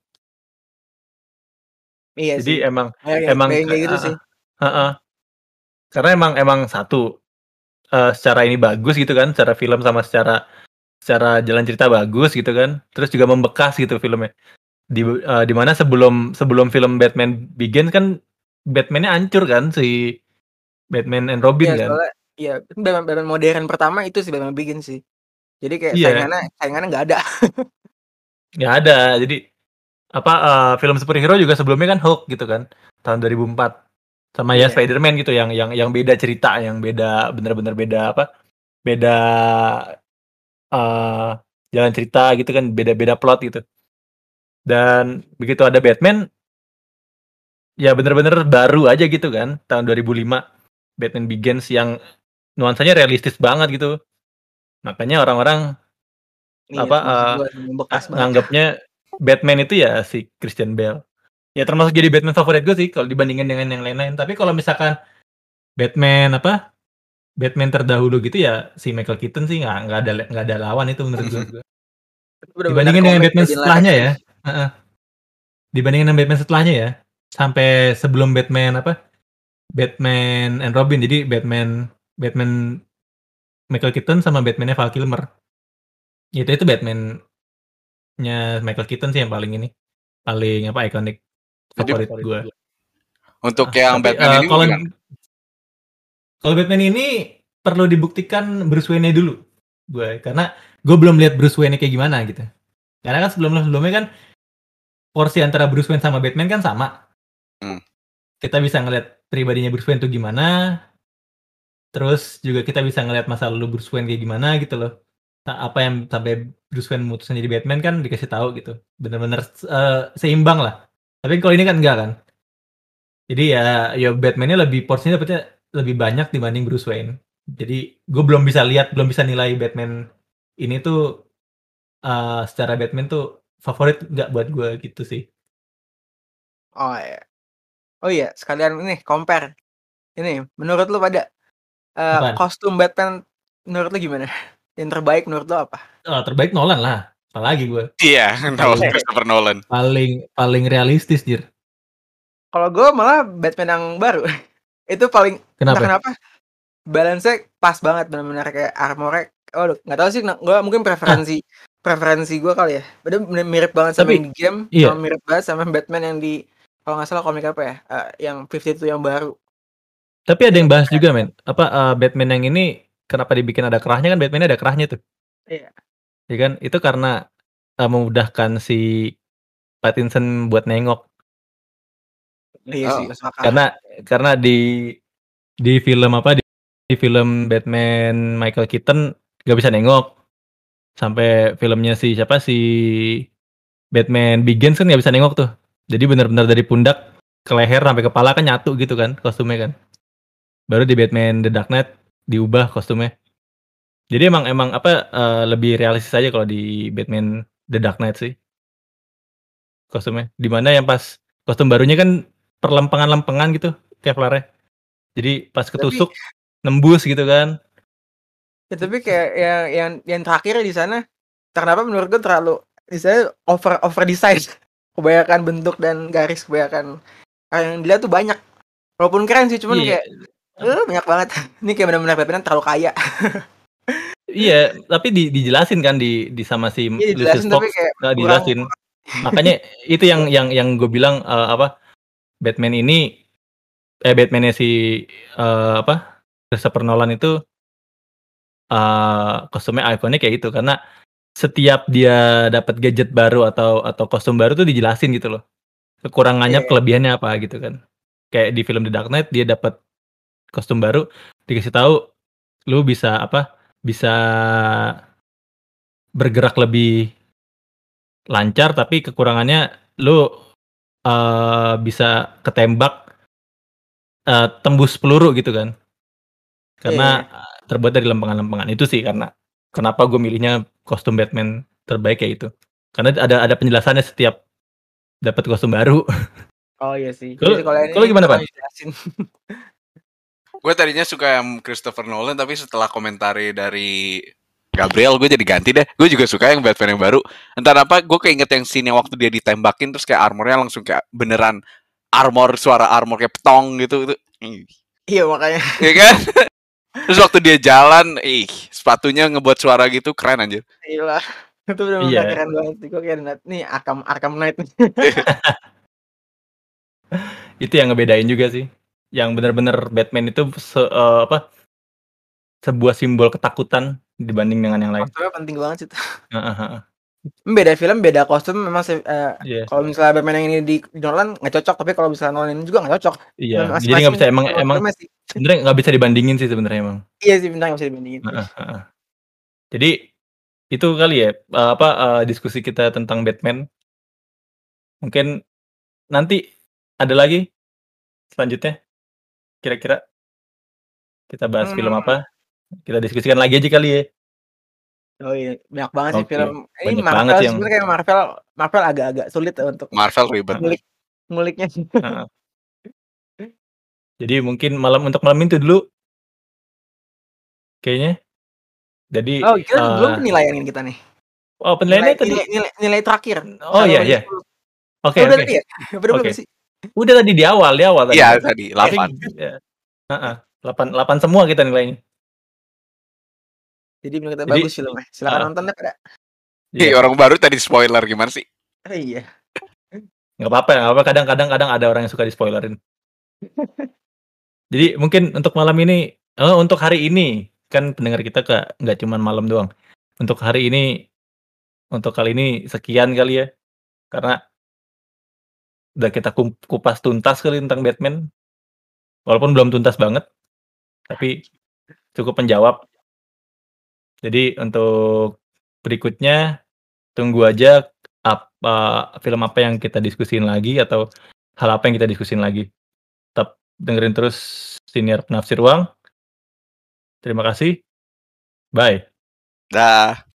Iya jadi sih. emang kayak gitu sih. Karena emang satu secara ini bagus gitu kan, secara film sama secara jalan cerita bagus gitu kan. Terus juga membekas gitu filmnya. Di mana sebelum film Batman Begins kan Batman-nya hancur kan, si Batman and Robin kan. Iya, Batman modern pertama itu sih Batman Begins sih. Jadi kayak saingannya nggak ada. Nggak ada. Jadi film superhero juga sebelumnya kan Hulk gitu kan, tahun 2004. Sama ya Spider-Man gitu yang beda cerita, yang beda bener-bener beda beda jalan cerita gitu kan, beda plot gitu. Dan begitu ada Batman, ya bener-bener baru aja gitu kan, tahun 2005 Batman Begins yang nuansanya realistis banget gitu. Makanya orang-orang nganggapnya Batman itu ya si Christian Bale. Ya termasuk jadi Batman favorit gue sih kalau dibandingin dengan yang lain-lain. Tapi kalau misalkan Batman terdahulu gitu ya si Michael Keaton sih nggak ada lawan itu menurut gue. Dibandingin dengan Batman setelahnya ya. Dibandingin dengan Batman setelahnya ya. Sampai sebelum Batman and Robin. Jadi Batman Michael Keaton sama Batman-nya Val Kilmer. Itu Batman-nya Michael Keaton sih yang paling ikonik favorit gue. Untuk yang Batman ini kalau Batman ini perlu dibuktikan Bruce Wayne dulu gue, karena gue belum lihat Bruce Wayne kayak gimana gitu. Karena kan sebelumnya kan porsi antara Bruce Wayne sama Batman kan sama. Kita bisa ngeliat pribadinya Bruce Wayne tuh gimana, terus juga kita bisa ngeliat masa lalu Bruce Wayne kayak gimana gitu loh. Apa yang sampai Bruce Wayne memutuskan jadi Batman kan dikasih tahu gitu, bener-bener seimbang lah. Tapi kalau ini kan enggak kan. Jadi ya Batman-nya porsinya dapetnya lebih banyak dibanding Bruce Wayne. Jadi gue belum bisa nilai Batman ini tuh secara Batman tuh favorit nggak buat gue gitu sih. Oh iya, sekalian ini compare. Ini menurut lu pada kostum Batman menurut lu gimana? Yang terbaik menurut lu apa? Terbaik Nolan lah, apalagi gue. Iya, Christopher Nolan. Paling realistis Jir. Kalau gue malah Batman yang baru. Itu paling kenapa? Balance-nya pas banget, benar-benar kayak armor-nya. Oh, nggak tahu sih, gue mungkin preferensi gue kali ya. Bener mirip banget sama yang di game, sama mirip banget sama Batman yang di, kalau nggak salah komik apa ya, yang 52 yang baru. Tapi ada yang bahas juga men, Batman yang ini kenapa dibikin ada kerahnya, kan Batman-nya ada kerahnya tuh. Iya. Ya kan? Itu karena memudahkan si Pattinson buat nengok. Iya sih, masuk akal. Karena di film di film Batman Michael Keaton nggak bisa nengok. Sampai filmnya si Batman Begins kan nggak bisa nengok tuh. Jadi benar-benar dari pundak ke leher sampai kepala kan nyatu gitu kan kostumnya kan. Baru di Batman The Dark Knight diubah kostumnya. Jadi emang lebih realistis aja kalau di Batman The Dark Knight sih kostumnya. Dimana yang pas kostum barunya kan perlempengan-lempengan gitu Kevlarnya. Jadi pas ketusuk nembus gitu kan. Ya tapi kayak yang terakhir di sana, kenapa menurut gue terlalu di sana over design. Kebanyakan bentuk dan garis, kebanyakan yang dilihat tuh banyak. Walaupun keren sih, cuman kayak banyak banget. Ini kayak benar-benar Batman terlalu kaya. Iya, tapi dijelasin kan di sama si Lucius Dijelasin tapi Fox kayak kurang. dijelasin. Makanya itu yang gue bilang Batman ini Batman-nya si Christopher Nolan itu kostumnya ikonik kayak gitu karena setiap dia dapat gadget baru atau kostum baru tuh dijelasin gitu loh. Kekurangannya, kelebihannya apa gitu kan. Kayak di film The Dark Knight dia dapat kostum baru dikasih tahu lu bisa bisa bergerak lebih lancar tapi kekurangannya lu bisa ketembak tembus peluru gitu kan. Karena terbuat dari lempengan-lempengan. Itu sih karena kenapa gue milihnya kostum Batman terbaik kayak itu. Karena ada penjelasannya setiap dapat kostum baru. Oh iya sih. Kalau gimana, Pak? Gue tadinya suka yang Christopher Nolan, tapi setelah komentari dari Gabriel, gue jadi ganti deh. Gue juga suka yang Batman yang baru. Entah apa, gue keinget yang scene yang waktu dia ditembakin, terus kayak armornya langsung kayak beneran suara armor kayak petong gitu. Iya makanya. Iya kan? Terus waktu dia jalan, sepatunya ngebuat suara gitu, keren anjir. Gila. Itu bener-bener keren banget. Gue kayak nih Arkham Knight. Itu yang ngebedain juga sih. Yang benar-benar Batman itu sebuah simbol ketakutan dibanding dengan yang lain. Kostumnya penting banget sih. Beda film, beda kostum memang kalau misalnya Batman yang ini di Nolan nggak cocok, tapi kalau misalnya Nolan ini juga nggak cocok. Iya, jadi nggak bisa emang sebenarnya nggak bisa dibandingin sih sebenarnya emang. Iya sih, benar nggak bisa dibandingin. Jadi itu kali ya diskusi kita tentang Batman. Mungkin nanti ada lagi selanjutnya. Kira-kira kita bahas film apa? Kita diskusikan lagi aja kali ya. Oh iya, banyak banget sih film. Ini Banyak Marvel banget sih sebenarnya kayak Marvel agak-agak sulit untuk Marvel ribet. nguliknya. Jadi mungkin untuk malam itu dulu. Kayaknya. Jadi kita belum penilaian kita nih. Oh, penilaiannya tadi nilai terakhir. Oh iya. Oke. Udah tadi ya? Belum sih? Udah tadi di awal tadi. Iya, tadi 8. Heeh. 8 semua kita nilainya. Jadi menurut kita bagus filmnya. Silakan nonton deh pada. Orang baru tadi spoiler gimana sih? Iya. Nggak apa-apa. Kadang ada orang yang suka di spoilerin. Jadi mungkin untuk malam ini, untuk hari ini kan pendengar kita nggak cuma malam doang. Untuk hari ini, untuk kali ini sekian kali ya. Karena udah kita kupas tuntas kali tentang Batman. Walaupun belum tuntas banget, tapi cukup menjawab. Jadi untuk berikutnya tunggu aja film apa yang kita diskusin lagi atau hal apa yang kita diskusin lagi. Tetap dengerin terus Siniar Penafsir Ruang. Terima kasih. Bye. Dah.